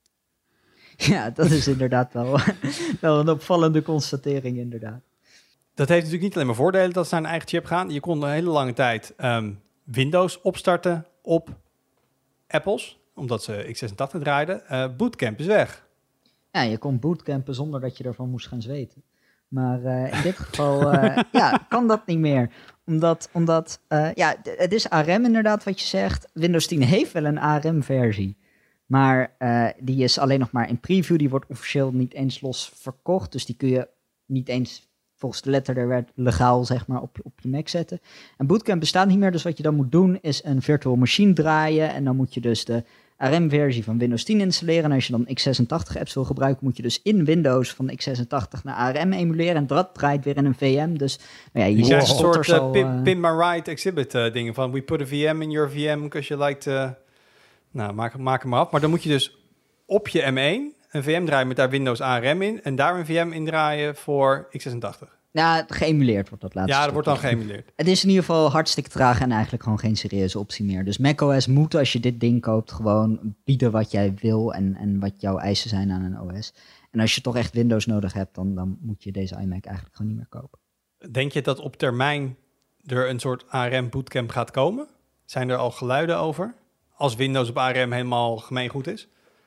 Ja, dat is inderdaad wel, wel een opvallende constatering, inderdaad. Dat heeft natuurlijk niet alleen maar voordelen dat ze naar een eigen chip gaan. Je kon een hele lange tijd um, Windows opstarten op Apples, omdat ze x zesentachtig draaiden. Uh, Bootcamp is weg. Ja, je kon bootcampen zonder dat je ervan moest gaan zweten. Maar uh, in dit geval uh, ja, kan dat niet meer. Omdat, omdat uh, ja, d- het is A R M inderdaad wat je zegt. Windows tien heeft wel een A R M-versie. Maar uh, die is alleen nog maar in preview. Die wordt officieel niet eens los verkocht. Dus die kun je niet eens volgens de letter der wet legaal zeg maar, op, op je Mac zetten. En Bootcamp bestaat niet meer. Dus wat je dan moet doen is een virtual machine draaien. En dan moet je dus de A R M-versie van Windows tien installeren. En als je dan x zesentachtig apps wil gebruiken, moet je dus in Windows van x zesentachtig naar A R M emuleren. En dat draait weer in een V M. Dus nou ja, je Je krijgt ziet een tot soort er uh, zo, pin, uh, pin my ride exhibit uh, dingen van we put a V M in your V M because you like to... Nou, maak, maak hem maar af. Maar dan moet je dus op je M één een V M draaien met daar Windows A R M in en daar een V M in draaien voor x zesentachtig. Ja, geëmuleerd wordt dat laatste. Ja, dat wordt dan stukje. geëmuleerd. Het is in ieder geval hartstikke traag en eigenlijk gewoon geen serieuze optie meer. Dus macOS moet, als je dit ding koopt, gewoon bieden wat jij wil en, en wat jouw eisen zijn aan een O S. En als je toch echt Windows nodig hebt, dan, dan moet je deze iMac eigenlijk gewoon niet meer kopen. Denk je dat op termijn er een soort A R M bootcamp gaat komen? Zijn er al geluiden over? Als Windows op A R M helemaal gemeengoed is?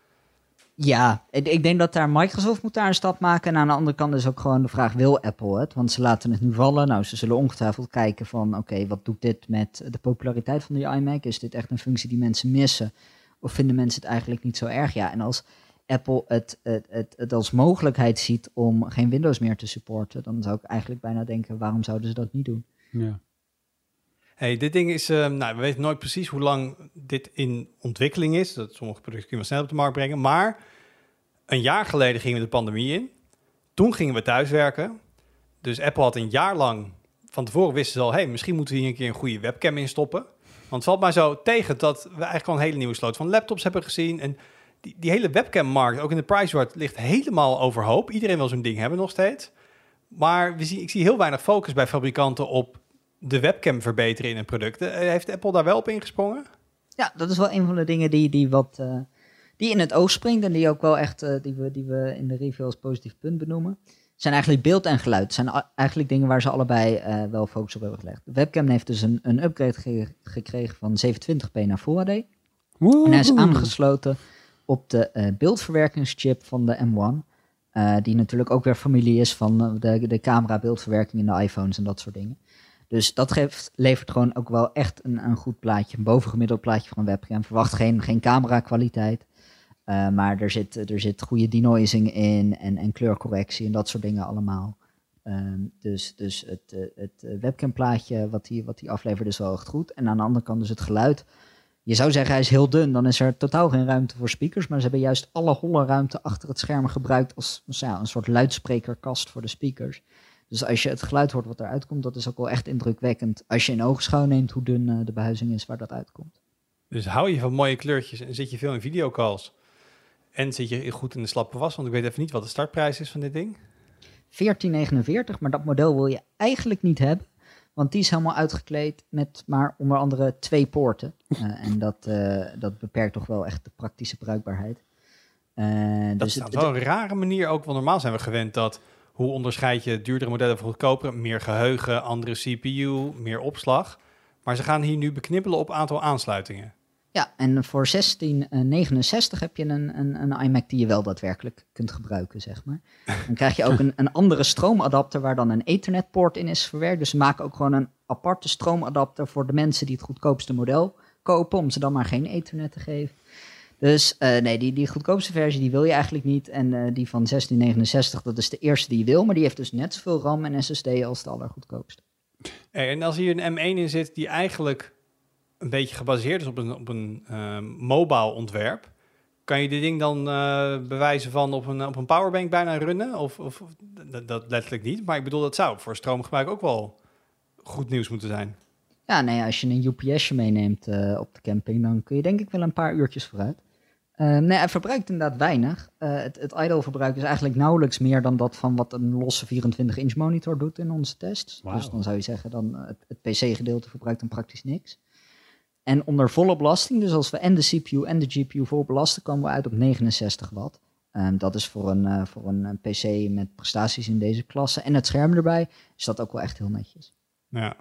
Ja, ik, ik denk dat daar Microsoft moet daar een stap maken. En aan de andere kant is ook gewoon de vraag, wil Apple het? Want ze laten het nu vallen. Nou, ze zullen ongetwijfeld kijken van, oké, okay, wat doet dit met de populariteit van die iMac? Is dit echt een functie die mensen missen? Of vinden mensen het eigenlijk niet zo erg? Ja, en als Apple het, het, het, het als mogelijkheid ziet om geen Windows meer te supporten, dan zou ik eigenlijk bijna denken, waarom zouden ze dat niet doen? Ja. Hey, dit ding is, uh, nou, we weten nooit precies hoe lang dit in ontwikkeling is. Dat sommige producten kun je wel snel op de markt brengen. Maar een jaar geleden gingen we de pandemie in. Toen gingen we thuiswerken. Dus Apple had een jaar lang, van tevoren wisten ze al, hey, misschien moeten we hier een keer een goede webcam in stoppen. Want het valt mij zo tegen dat we eigenlijk al een hele nieuwe sloot van laptops hebben gezien. En die, die hele webcam-markt, ook in de price war, ligt helemaal overhoop. Iedereen wil zo'n ding hebben nog steeds. Maar we zien, ik zie heel weinig focus bij fabrikanten op de webcam verbeteren in hun producten. Heeft Apple daar wel op ingesprongen? Ja, dat is wel een van de dingen die, die, wat, uh, die in het oog springt en die ook wel echt, uh, die, we, die we in de review als positief punt benoemen. Het zijn eigenlijk beeld en geluid. Het zijn a- eigenlijk dingen waar ze allebei uh, wel focus op hebben gelegd. De webcam heeft dus een, een upgrade ge- gekregen van zevenhonderdtwintig p naar Full H D. Woehoe. En hij is aangesloten op de uh, beeldverwerkingschip van de M één. Uh, die natuurlijk ook weer familie is van uh, de, de camera beeldverwerking in de iPhones en dat soort dingen. Dus dat geeft, levert gewoon ook wel echt een, een goed plaatje, een bovengemiddeld plaatje van een webcam. Verwacht geen, geen camera kwaliteit. Uh, maar er zit, er zit goede denoising in en, en kleurcorrectie en dat soort dingen allemaal. Um, dus dus het, het webcamplaatje wat die, wat die aflevert is wel echt goed. En aan de andere kant dus het geluid. Je zou zeggen hij is heel dun, dan is er totaal geen ruimte voor speakers. Maar ze hebben juist alle holle ruimte achter het scherm gebruikt als ja, een soort luidsprekerkast voor de speakers. Dus als je het geluid hoort wat eruit komt, dat is ook wel echt indrukwekkend. Als je in ogenschouw neemt hoe dun uh, de behuizing is waar dat uitkomt. Dus hou je van mooie kleurtjes en zit je veel in videocalls. En zit je goed in de slappe was, want ik weet even niet wat de startprijs is van dit ding. veertien negenenveertig, maar dat model wil je eigenlijk niet hebben. Want die is helemaal uitgekleed met maar onder andere twee poorten. Uh, en dat, uh, dat beperkt toch wel echt de praktische bruikbaarheid. Uh, dat dus is het, wel het, een rare manier ook, want normaal zijn we gewend dat... Hoe onderscheid je duurdere modellen van goedkopere? Meer geheugen, andere C P U, meer opslag. Maar ze gaan hier nu beknippelen op aantal aansluitingen. Ja, en voor zestien negenenzestig heb je een, een, een iMac die je wel daadwerkelijk kunt gebruiken, zeg maar. Dan krijg je ook een, een andere stroomadapter waar dan een Ethernet-poort in is verwerkt. Dus ze maken ook gewoon een aparte stroomadapter voor de mensen die het goedkoopste model kopen, om ze dan maar geen Ethernet te geven. Dus uh, nee, die, die goedkoopste versie die wil je eigenlijk niet. En uh, die van zestien negenenzestig, dat is de eerste die je wil. Maar die heeft dus net zoveel RAM en S S D als de allergoedkoopste. Hey, en als hier een M één in zit die eigenlijk een beetje gebaseerd is op een, op een uh, mobile ontwerp... kan je dit ding dan uh, bewijzen van op een, op een powerbank bijna runnen? Of, of dat, dat letterlijk niet. Maar ik bedoel, dat zou voor stroomgebruik ook wel goed nieuws moeten zijn. Ja, nee, als je een U P S'je meeneemt uh, op de camping, dan kun je denk ik wel een paar uurtjes vooruit. Uh, nee, hij verbruikt inderdaad weinig. Uh, het, het idle verbruik is eigenlijk nauwelijks meer dan dat van wat een losse vierentwintig inch monitor doet in onze tests. Wow. Dus dan zou je zeggen, dan uh, het, het P C-gedeelte verbruikt dan praktisch niks. En onder volle belasting, dus als we en de C P U en de G P U vol belasten, komen we uit op negenenzestig watt. Um, dat is voor een, uh, voor een, een P C met prestaties in deze klasse en het scherm erbij, is dat ook wel echt heel netjes. Ja,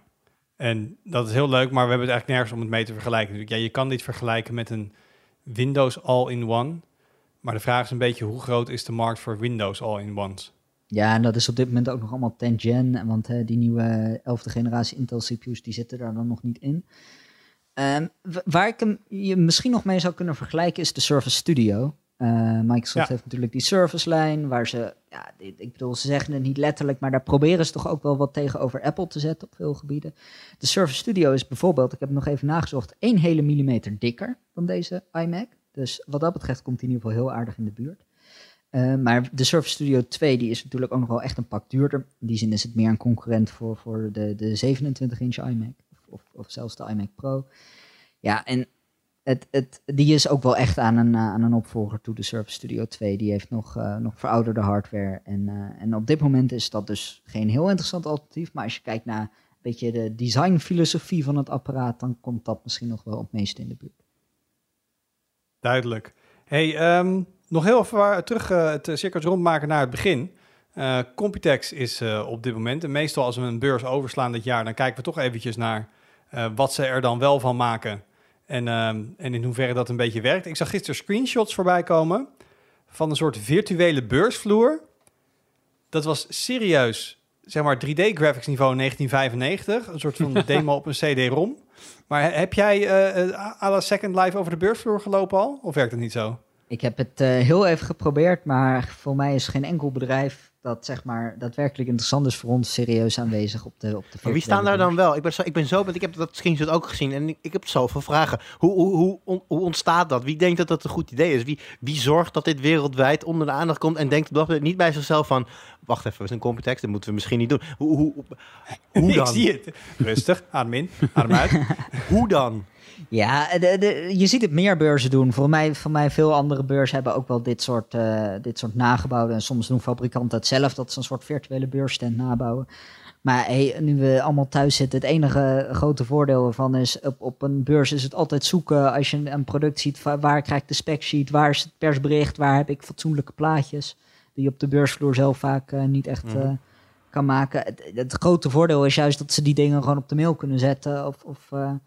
en dat is heel leuk, maar we hebben het eigenlijk nergens om het mee te vergelijken. Ja, je kan dit vergelijken met een Windows All-in-One, maar de vraag is een beetje hoe groot is de markt voor Windows All-in-Ones? Ja, en dat is op dit moment ook nog allemaal tenth gen, want uh, die nieuwe elfde generatie Intel C P U's, die zitten daar dan nog niet in. Um, waar ik hem je misschien nog mee zou kunnen vergelijken is de Surface Studio. Uh, Microsoft ja. heeft natuurlijk die Surface-lijn, waar ze, ja, ik bedoel, ze zeggen het niet letterlijk, maar daar proberen ze toch ook wel wat tegenover Apple te zetten op veel gebieden. De Surface Studio is bijvoorbeeld, ik heb het nog even nagezocht, één hele millimeter dikker dan deze iMac. Dus wat dat betreft komt hij in ieder geval heel aardig in de buurt. Uh, maar de Surface Studio twee, die is natuurlijk ook nog wel echt een pak duurder. In die zin is het meer een concurrent voor, voor de, de zevenentwintig inch iMac. Of, of zelfs de iMac Pro. Ja, en het, het, die is ook wel echt aan een, aan een opvolger toe, de Surface Studio twee. Die heeft nog, uh, nog verouderde hardware. En, uh, en op dit moment is dat dus geen heel interessant alternatief. Maar als je kijkt naar een beetje de designfilosofie van het apparaat, dan komt dat misschien nog wel het meest in de buurt. Duidelijk. Hey, um, nog heel even terug uh, het circuit rondmaken naar het begin. Uh, Computex is uh, op dit moment, en meestal als we een beurs overslaan dit jaar, dan kijken we toch eventjes naar uh, wat ze er dan wel van maken en, um, en in hoeverre dat een beetje werkt. Ik zag gisteren screenshots voorbij komen van een soort virtuele beursvloer. Dat was serieus, zeg maar drie D-graphics niveau negentien vijfennegentig, een soort van demo op een C D-ROM. Maar heb jij uh, à la Second Life over de beursvloer gelopen al, of werkt het niet zo? Ik heb het uh, heel even geprobeerd, maar voor mij is geen enkel bedrijf dat zeg maar daadwerkelijk interessant is voor ons serieus aanwezig op de op de. Maar wie staan daar dan wel? Ik ben zo, ik ben zo, want ik heb dat screenshot ook gezien en ik, ik heb zoveel vragen. Hoe, hoe, hoe, on, hoe ontstaat dat? Wie denkt dat dat een goed idee is? Wie, wie zorgt dat dit wereldwijd onder de aandacht komt en denkt dat niet bij zichzelf van, wacht even, we zijn Computex, dat moeten we misschien niet doen. Hoe, hoe, hoe dan? Ik zie het. Rustig, adem in, adem uit. Hoe dan? Ja, de, de, je ziet het meer beurzen doen. Voor mij, voor mij veel andere beurzen hebben ook wel dit soort, uh, dit soort nagebouwde. En soms doen fabrikanten het zelf, dat ze een soort virtuele beursstand nabouwen. Maar hey, nu we allemaal thuis zitten, het enige grote voordeel ervan is, op, op een beurs is het altijd zoeken. Als je een product ziet, waar krijg ik de specsheet, waar is het persbericht, waar heb ik fatsoenlijke plaatjes, die je op de beursvloer zelf vaak uh, niet echt uh, kan maken. Het, het grote voordeel is juist dat ze die dingen gewoon op de mail kunnen zetten of... of uh,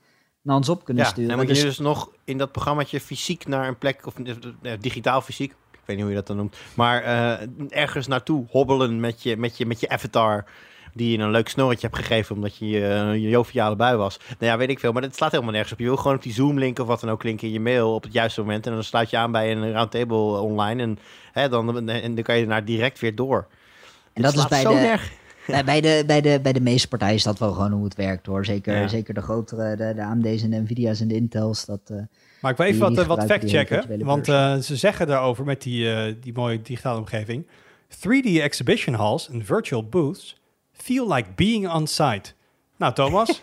non-stop kunnen Ja, sturen. en dan moet Dus- je dus nog in dat programmaatje fysiek naar een plek, of eh, digitaal fysiek, ik weet niet hoe je dat dan noemt, maar eh, ergens naartoe hobbelen met je, met je, met je avatar, die je een leuk snorretje hebt gegeven omdat je uh, je joviale bui was. Nou ja, weet ik veel, maar dat slaat helemaal nergens op. Je wil gewoon op die Zoom-link of wat dan ook klinken in je mail op het juiste moment en dan sluit je aan bij een roundtable online en, hè, dan, en dan kan je daarna direct weer door. En dat Dit is bij slaat zo de, nergens. Ja, bij, de, bij, de, bij de meeste partijen is dat wel gewoon hoe het werkt hoor. Zeker, Ja. zeker de grotere, de, de A M D's en de Nvidia's en de Intels. Dat, uh, Maar ik wil even Die- wat, die eh, wat gebruiken die fact-checken, virtuele want beurs. uh, ze zeggen daarover met die, uh, die mooie digitale omgeving. three D exhibition halls and virtual booths feel like being on site. Nou, Thomas,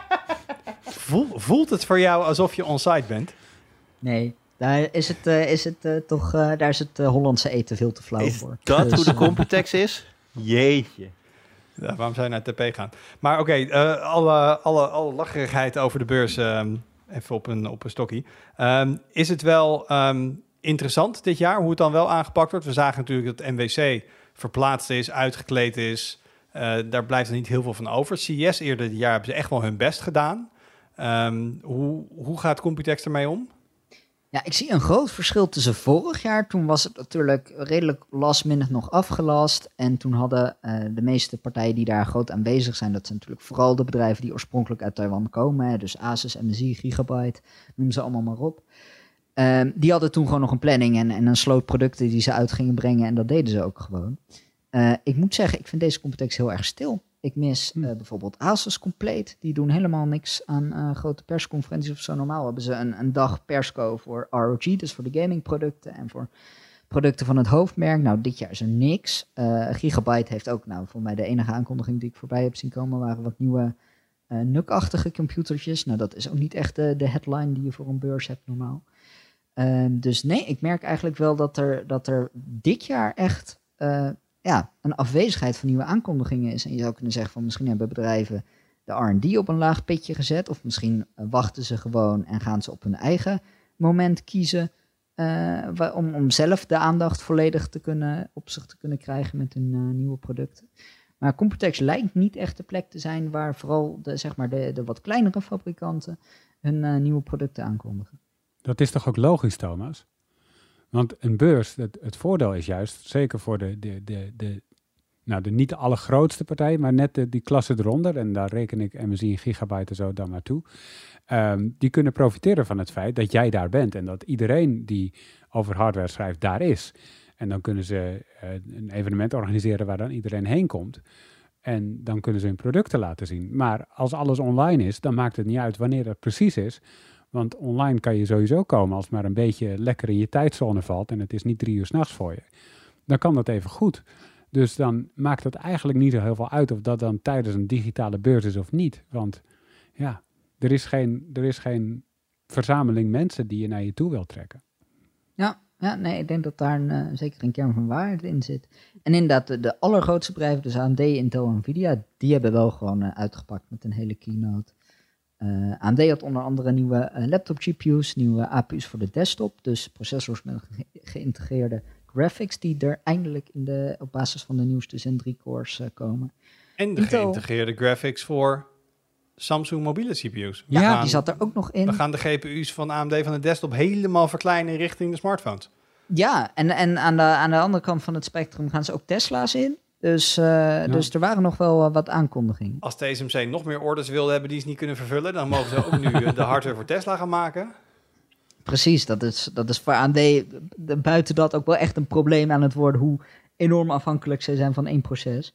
voel, voelt het voor jou alsof je on site bent? nee, daar is het, uh, is het uh, toch, uh, daar is het uh, Hollandse eten veel te flauw Is voor. dat Dus, hoe de uh, Computex is? Jeetje. Ja, waarom zou je naar T P gaan? Maar oké, okay, uh, alle, alle, alle lacherigheid over de beurs, um, even op een, op een stokkie. Um, is het wel um, interessant dit jaar, hoe het dan wel aangepakt wordt? We zagen natuurlijk dat M W C verplaatst is, uitgekleed is. Uh, daar blijft er niet heel veel van over. C E S eerder dit jaar hebben ze echt wel hun best gedaan. Um, hoe, hoe gaat Computex ermee om? Ja, ik zie een groot verschil tussen vorig jaar. Toen was het natuurlijk redelijk last minute nog afgelast. En toen hadden uh, de meeste partijen die daar groot aanwezig zijn, dat zijn natuurlijk vooral de bedrijven die oorspronkelijk uit Taiwan komen. Hè, dus Asus, M S I, Gigabyte, noem ze allemaal maar op. Uh, die hadden toen gewoon nog een planning en, en een sloot producten die ze uit gingen brengen. En dat deden ze ook gewoon. Uh, ik moet zeggen, ik vind deze Computex heel erg stil. Ik mis uh, bijvoorbeeld Asus compleet. Die doen helemaal niks aan uh, grote persconferenties of zo. Normaal hebben ze een, een dag persco voor R O G, dus voor de gamingproducten en voor producten van het hoofdmerk. Nou, dit jaar is er niks. Uh, Gigabyte heeft ook, nou, voor mij de enige aankondiging die ik voorbij heb zien komen, waren wat nieuwe uh, N U C-achtige computertjes. Nou, dat is ook niet echt de, de headline die je voor een beurs hebt normaal. Uh, dus nee, ik merk eigenlijk wel dat er, dat er dit jaar echt Uh, ja, een afwezigheid van nieuwe aankondigingen is. En je zou kunnen zeggen van misschien hebben bedrijven de R en D op een laag pitje gezet. Of misschien uh, wachten ze gewoon en gaan ze op hun eigen moment kiezen. Uh, wa- om, om zelf de aandacht volledig te kunnen, op zich te kunnen krijgen met hun uh, nieuwe producten. Maar Computex lijkt niet echt de plek te zijn waar vooral de, zeg maar de, de wat kleinere fabrikanten hun uh, nieuwe producten aankondigen. Dat is toch ook logisch, Thomas? Want een beurs, het, het voordeel is juist, zeker voor de, de, de, de, nou de niet de allergrootste partij, maar net de, die klasse eronder, en daar reken ik M S I en Gigabyte en zo dan maar toe, um, die kunnen profiteren van het feit dat jij daar bent en dat iedereen die over hardware schrijft daar is. En dan kunnen ze uh, een evenement organiseren waar dan iedereen heen komt. En dan kunnen ze hun producten laten zien. Maar als alles online is, dan maakt het niet uit wanneer dat precies is. Want online kan je sowieso komen als het maar een beetje lekker in je tijdzone valt en het is niet drie uur 's nachts voor je. Dan kan dat even goed. Dus dan maakt het eigenlijk niet zo heel veel uit of dat dan tijdens een digitale beurs is of niet. Want ja, er is geen, er is geen verzameling mensen die je naar je toe wil trekken. Ja, ja nee, ik denk dat daar een, uh, zeker een kern van waarheid in zit. En inderdaad, de, de allergrootste bedrijven, dus A M D, Intel en Nvidia, die hebben wel gewoon uh, uitgepakt met een hele keynote. Uh, A M D had onder andere nieuwe uh, laptop-G P U's, nieuwe A P U's voor de desktop, dus processors met ge- geïntegreerde graphics die er eindelijk in de, op basis van de nieuwste Zen drie cores uh, komen. En de Intel. geïntegreerde graphics voor Samsung mobiele C P U's. We Ja, gaan, die zat er ook nog in. We gaan de G P U's van A M D van de desktop helemaal verkleinen richting de smartphones. Ja, en, en aan, de, aan de andere kant van het spectrum gaan ze ook Tesla's in. Dus, uh, ja. dus er waren nog wel uh, wat aankondigingen. Als T S M C nog meer orders wilde hebben die ze niet kunnen vervullen, dan mogen ze ook nu uh, de hardware voor Tesla gaan maken. Precies, dat is, dat is voor A M D de, buiten dat ook wel echt een probleem aan het worden hoe enorm afhankelijk ze zijn van één proces.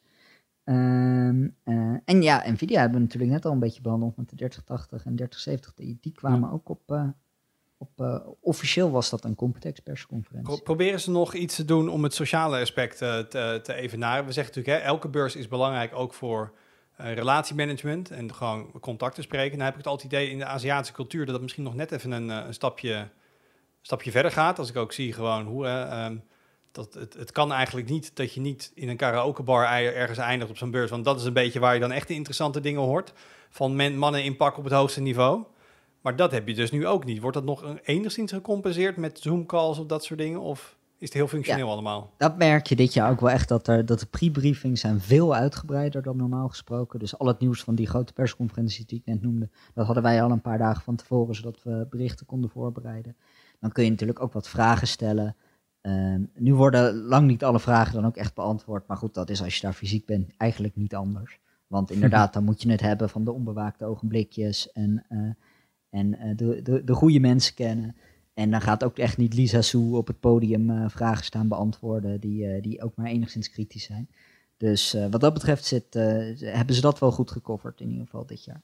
Um, uh, en ja, Nvidia hebben we natuurlijk net al een beetje behandeld met de dertig tachtig en dertig zeventig. Die, die kwamen ja. ook op... Uh, Op, uh, officieel was dat een Computex persconferentie. Pro- proberen ze nog iets te doen om het sociale aspect uh, te, te evenaren? We zeggen natuurlijk, hè, elke beurs is belangrijk ook voor uh, relatiemanagement en gewoon contact te spreken. Dan heb ik het altijd idee in de Aziatische cultuur dat het misschien nog net even een, uh, een stapje, stapje verder gaat. Als ik ook zie gewoon hoe... Uh, um, dat het, het kan eigenlijk niet dat je niet in een karaokebar ergens eindigt op zo'n beurs. Want dat is een beetje waar je dan echt de interessante dingen hoort. Van men, mannen in pak op het hoogste niveau. Maar dat heb je dus nu ook niet. Wordt dat nog enigszins gecompenseerd met Zoom-calls of dat soort dingen? Of is het heel functioneel Ja. allemaal. Dat merk je dit jaar ook wel echt, dat, er, dat de pre-briefings zijn veel uitgebreider dan normaal gesproken. Dus al het nieuws van die grote persconferentie die ik net noemde, dat hadden wij al een paar dagen van tevoren, zodat we berichten konden voorbereiden. Dan kun je natuurlijk ook wat vragen stellen. Um, nu worden lang niet alle vragen dan ook echt beantwoord. Maar goed, dat is als je daar fysiek bent eigenlijk niet anders. Want inderdaad, dan moet je het hebben van de onbewaakte ogenblikjes en, uh, en uh, de, de, de goede mensen kennen. En dan gaat ook echt niet Lisa Su op het podium uh, vragen staan beantwoorden die, uh, die ook maar enigszins kritisch zijn. Dus uh, wat dat betreft zit, uh, hebben ze dat wel goed gecoverd in ieder geval dit jaar.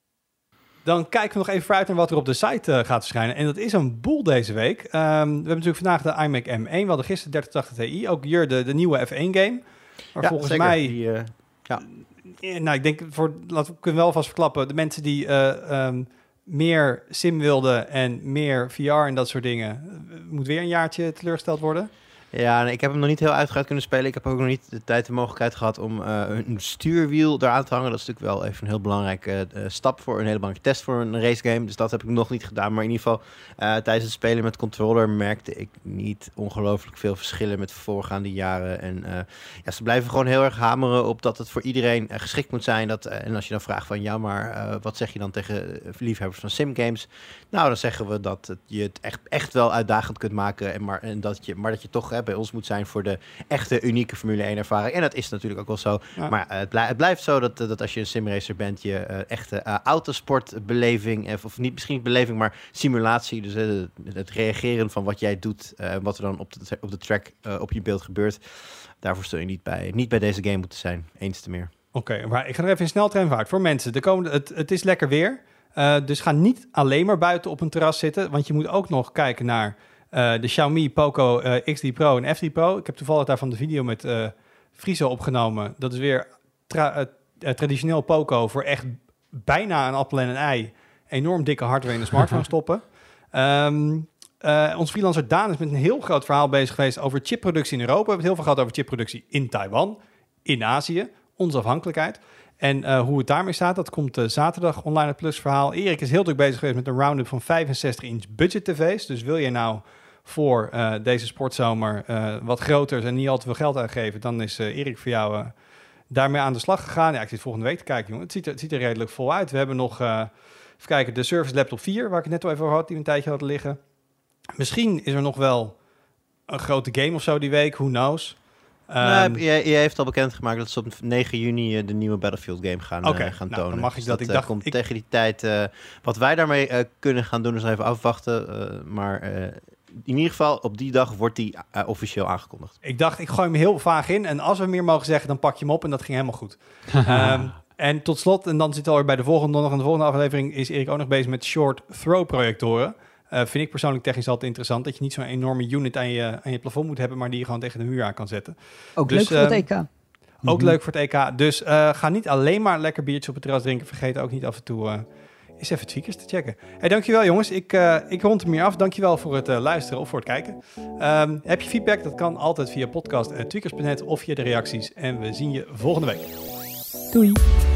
Dan kijken we nog even vooruit naar wat er op de site uh, gaat verschijnen. En dat is een boel deze week. Um, we hebben natuurlijk vandaag de iMac M één. We hadden gisteren dertig tachtig Ti. Ook hier de, de nieuwe F één game. Maar ja, volgens zeker. mij... Die, uh, ja. Eh, nou, ik denk, voor, laten we kunnen wel vast verklappen. De mensen die uh, um, meer sim wilden en meer V R en dat soort dingen... Uh, moet weer een jaartje teleurgesteld worden. Ja, nee, ik heb hem nog niet heel uitgebreid kunnen spelen. Ik heb ook nog niet de tijd en mogelijkheid gehad om uh, een stuurwiel eraan te hangen. Dat is natuurlijk wel even een heel belangrijke uh, stap voor, een hele belangrijke test voor een racegame. Dus dat heb ik nog niet gedaan. Maar in ieder geval, uh, tijdens het spelen met controller merkte ik niet ongelooflijk veel verschillen met voorgaande jaren. En uh, ja, ze blijven gewoon heel erg hameren op dat het voor iedereen uh, geschikt moet zijn. Dat, uh, en als je dan vraagt van, ja, maar uh, wat zeg je dan tegen liefhebbers van simgames? Nou, dan zeggen we dat het, je het echt, echt wel uitdagend kunt maken. En maar, en dat je, maar dat je toch... bij ons moet zijn voor de echte unieke Formule één ervaring. En dat is natuurlijk ook wel zo. Ja. Maar uh, het, blij, het blijft zo dat, dat als je een simracer bent, je uh, echte uh, autosportbeleving, of niet misschien niet beleving, maar simulatie, dus uh, het reageren van wat jij doet, uh, wat er dan op de, op de track uh, op je beeld gebeurt, daarvoor zul je niet bij, niet bij deze game moeten zijn. Eens te meer. Oké, okay, maar ik ga nog even in sneltreinvaart. Voor mensen, de komende, het, het is lekker weer. Uh, dus ga niet alleen maar buiten op een terras zitten, want je moet ook nog kijken naar Uh, de Xiaomi Poco uh, X D Pro en F D Pro. Ik heb toevallig daarvan de video met uh, Friso opgenomen. Dat is weer tra- uh, uh, traditioneel Poco voor echt bijna een appel en een ei. Enorm dikke hardware in de smartphone stoppen. Um, uh, ons freelancer Daan is met een heel groot verhaal bezig geweest over chipproductie in Europa. We hebben het heel veel gehad over chipproductie in Taiwan, in Azië, onze afhankelijkheid. En uh, hoe het daarmee staat, dat komt uh, zaterdag online het Plus verhaal. Erik is heel druk bezig geweest met een round-up van vijfenzestig inch budget tv's. Dus wil je nou voor uh, deze sportzomer uh, wat groter en niet al te veel geld uitgeven, dan is uh, Erik voor jou uh, daarmee aan de slag gegaan. Ja, ik zit volgende week te kijken, jongen. Het ziet er, het ziet er redelijk vol uit. We hebben nog, uh, even kijken, de Surface Laptop vier, waar ik het net al even over had, die we een tijdje hadden liggen. Misschien is er nog wel een grote game of zo die week, who knows. Um, nou, je, je heeft al bekendgemaakt dat ze op negen juni uh, de nieuwe Battlefield game gaan, okay, uh, gaan nou, tonen. Dan mag ik dus dat. dat ik dacht, uh, komt ik... tegen die tijd. Uh, wat wij daarmee uh, kunnen gaan doen is even afwachten. Uh, maar uh, in ieder geval op die dag wordt die uh, officieel aangekondigd. Ik dacht, ik gooi hem heel vaag in. En als we meer mogen zeggen, dan pak je hem op. En dat ging helemaal goed. um, en tot slot, en dan zit alweer bij de volgende donderdag. En de volgende aflevering is Erik ook nog bezig met short throw projectoren. Uh, vind ik persoonlijk technisch altijd interessant. Dat je niet zo'n enorme unit aan je, aan je plafond moet hebben, maar die je gewoon tegen de muur aan kan zetten. Ook dus, leuk voor uh, het E K. Ook mm-hmm. leuk voor het E K. Dus uh, ga niet alleen maar lekker biertjes op het terras drinken. Vergeet ook niet af en toe uh, eens even tweakers te checken. Hey, dankjewel jongens. Ik, uh, ik rond hem hier af. Dankjewel voor het uh, luisteren of voor het kijken. Um, heb je feedback? Dat kan altijd via podcast punt tweakers punt net of via de reacties. En we zien je volgende week. Doei.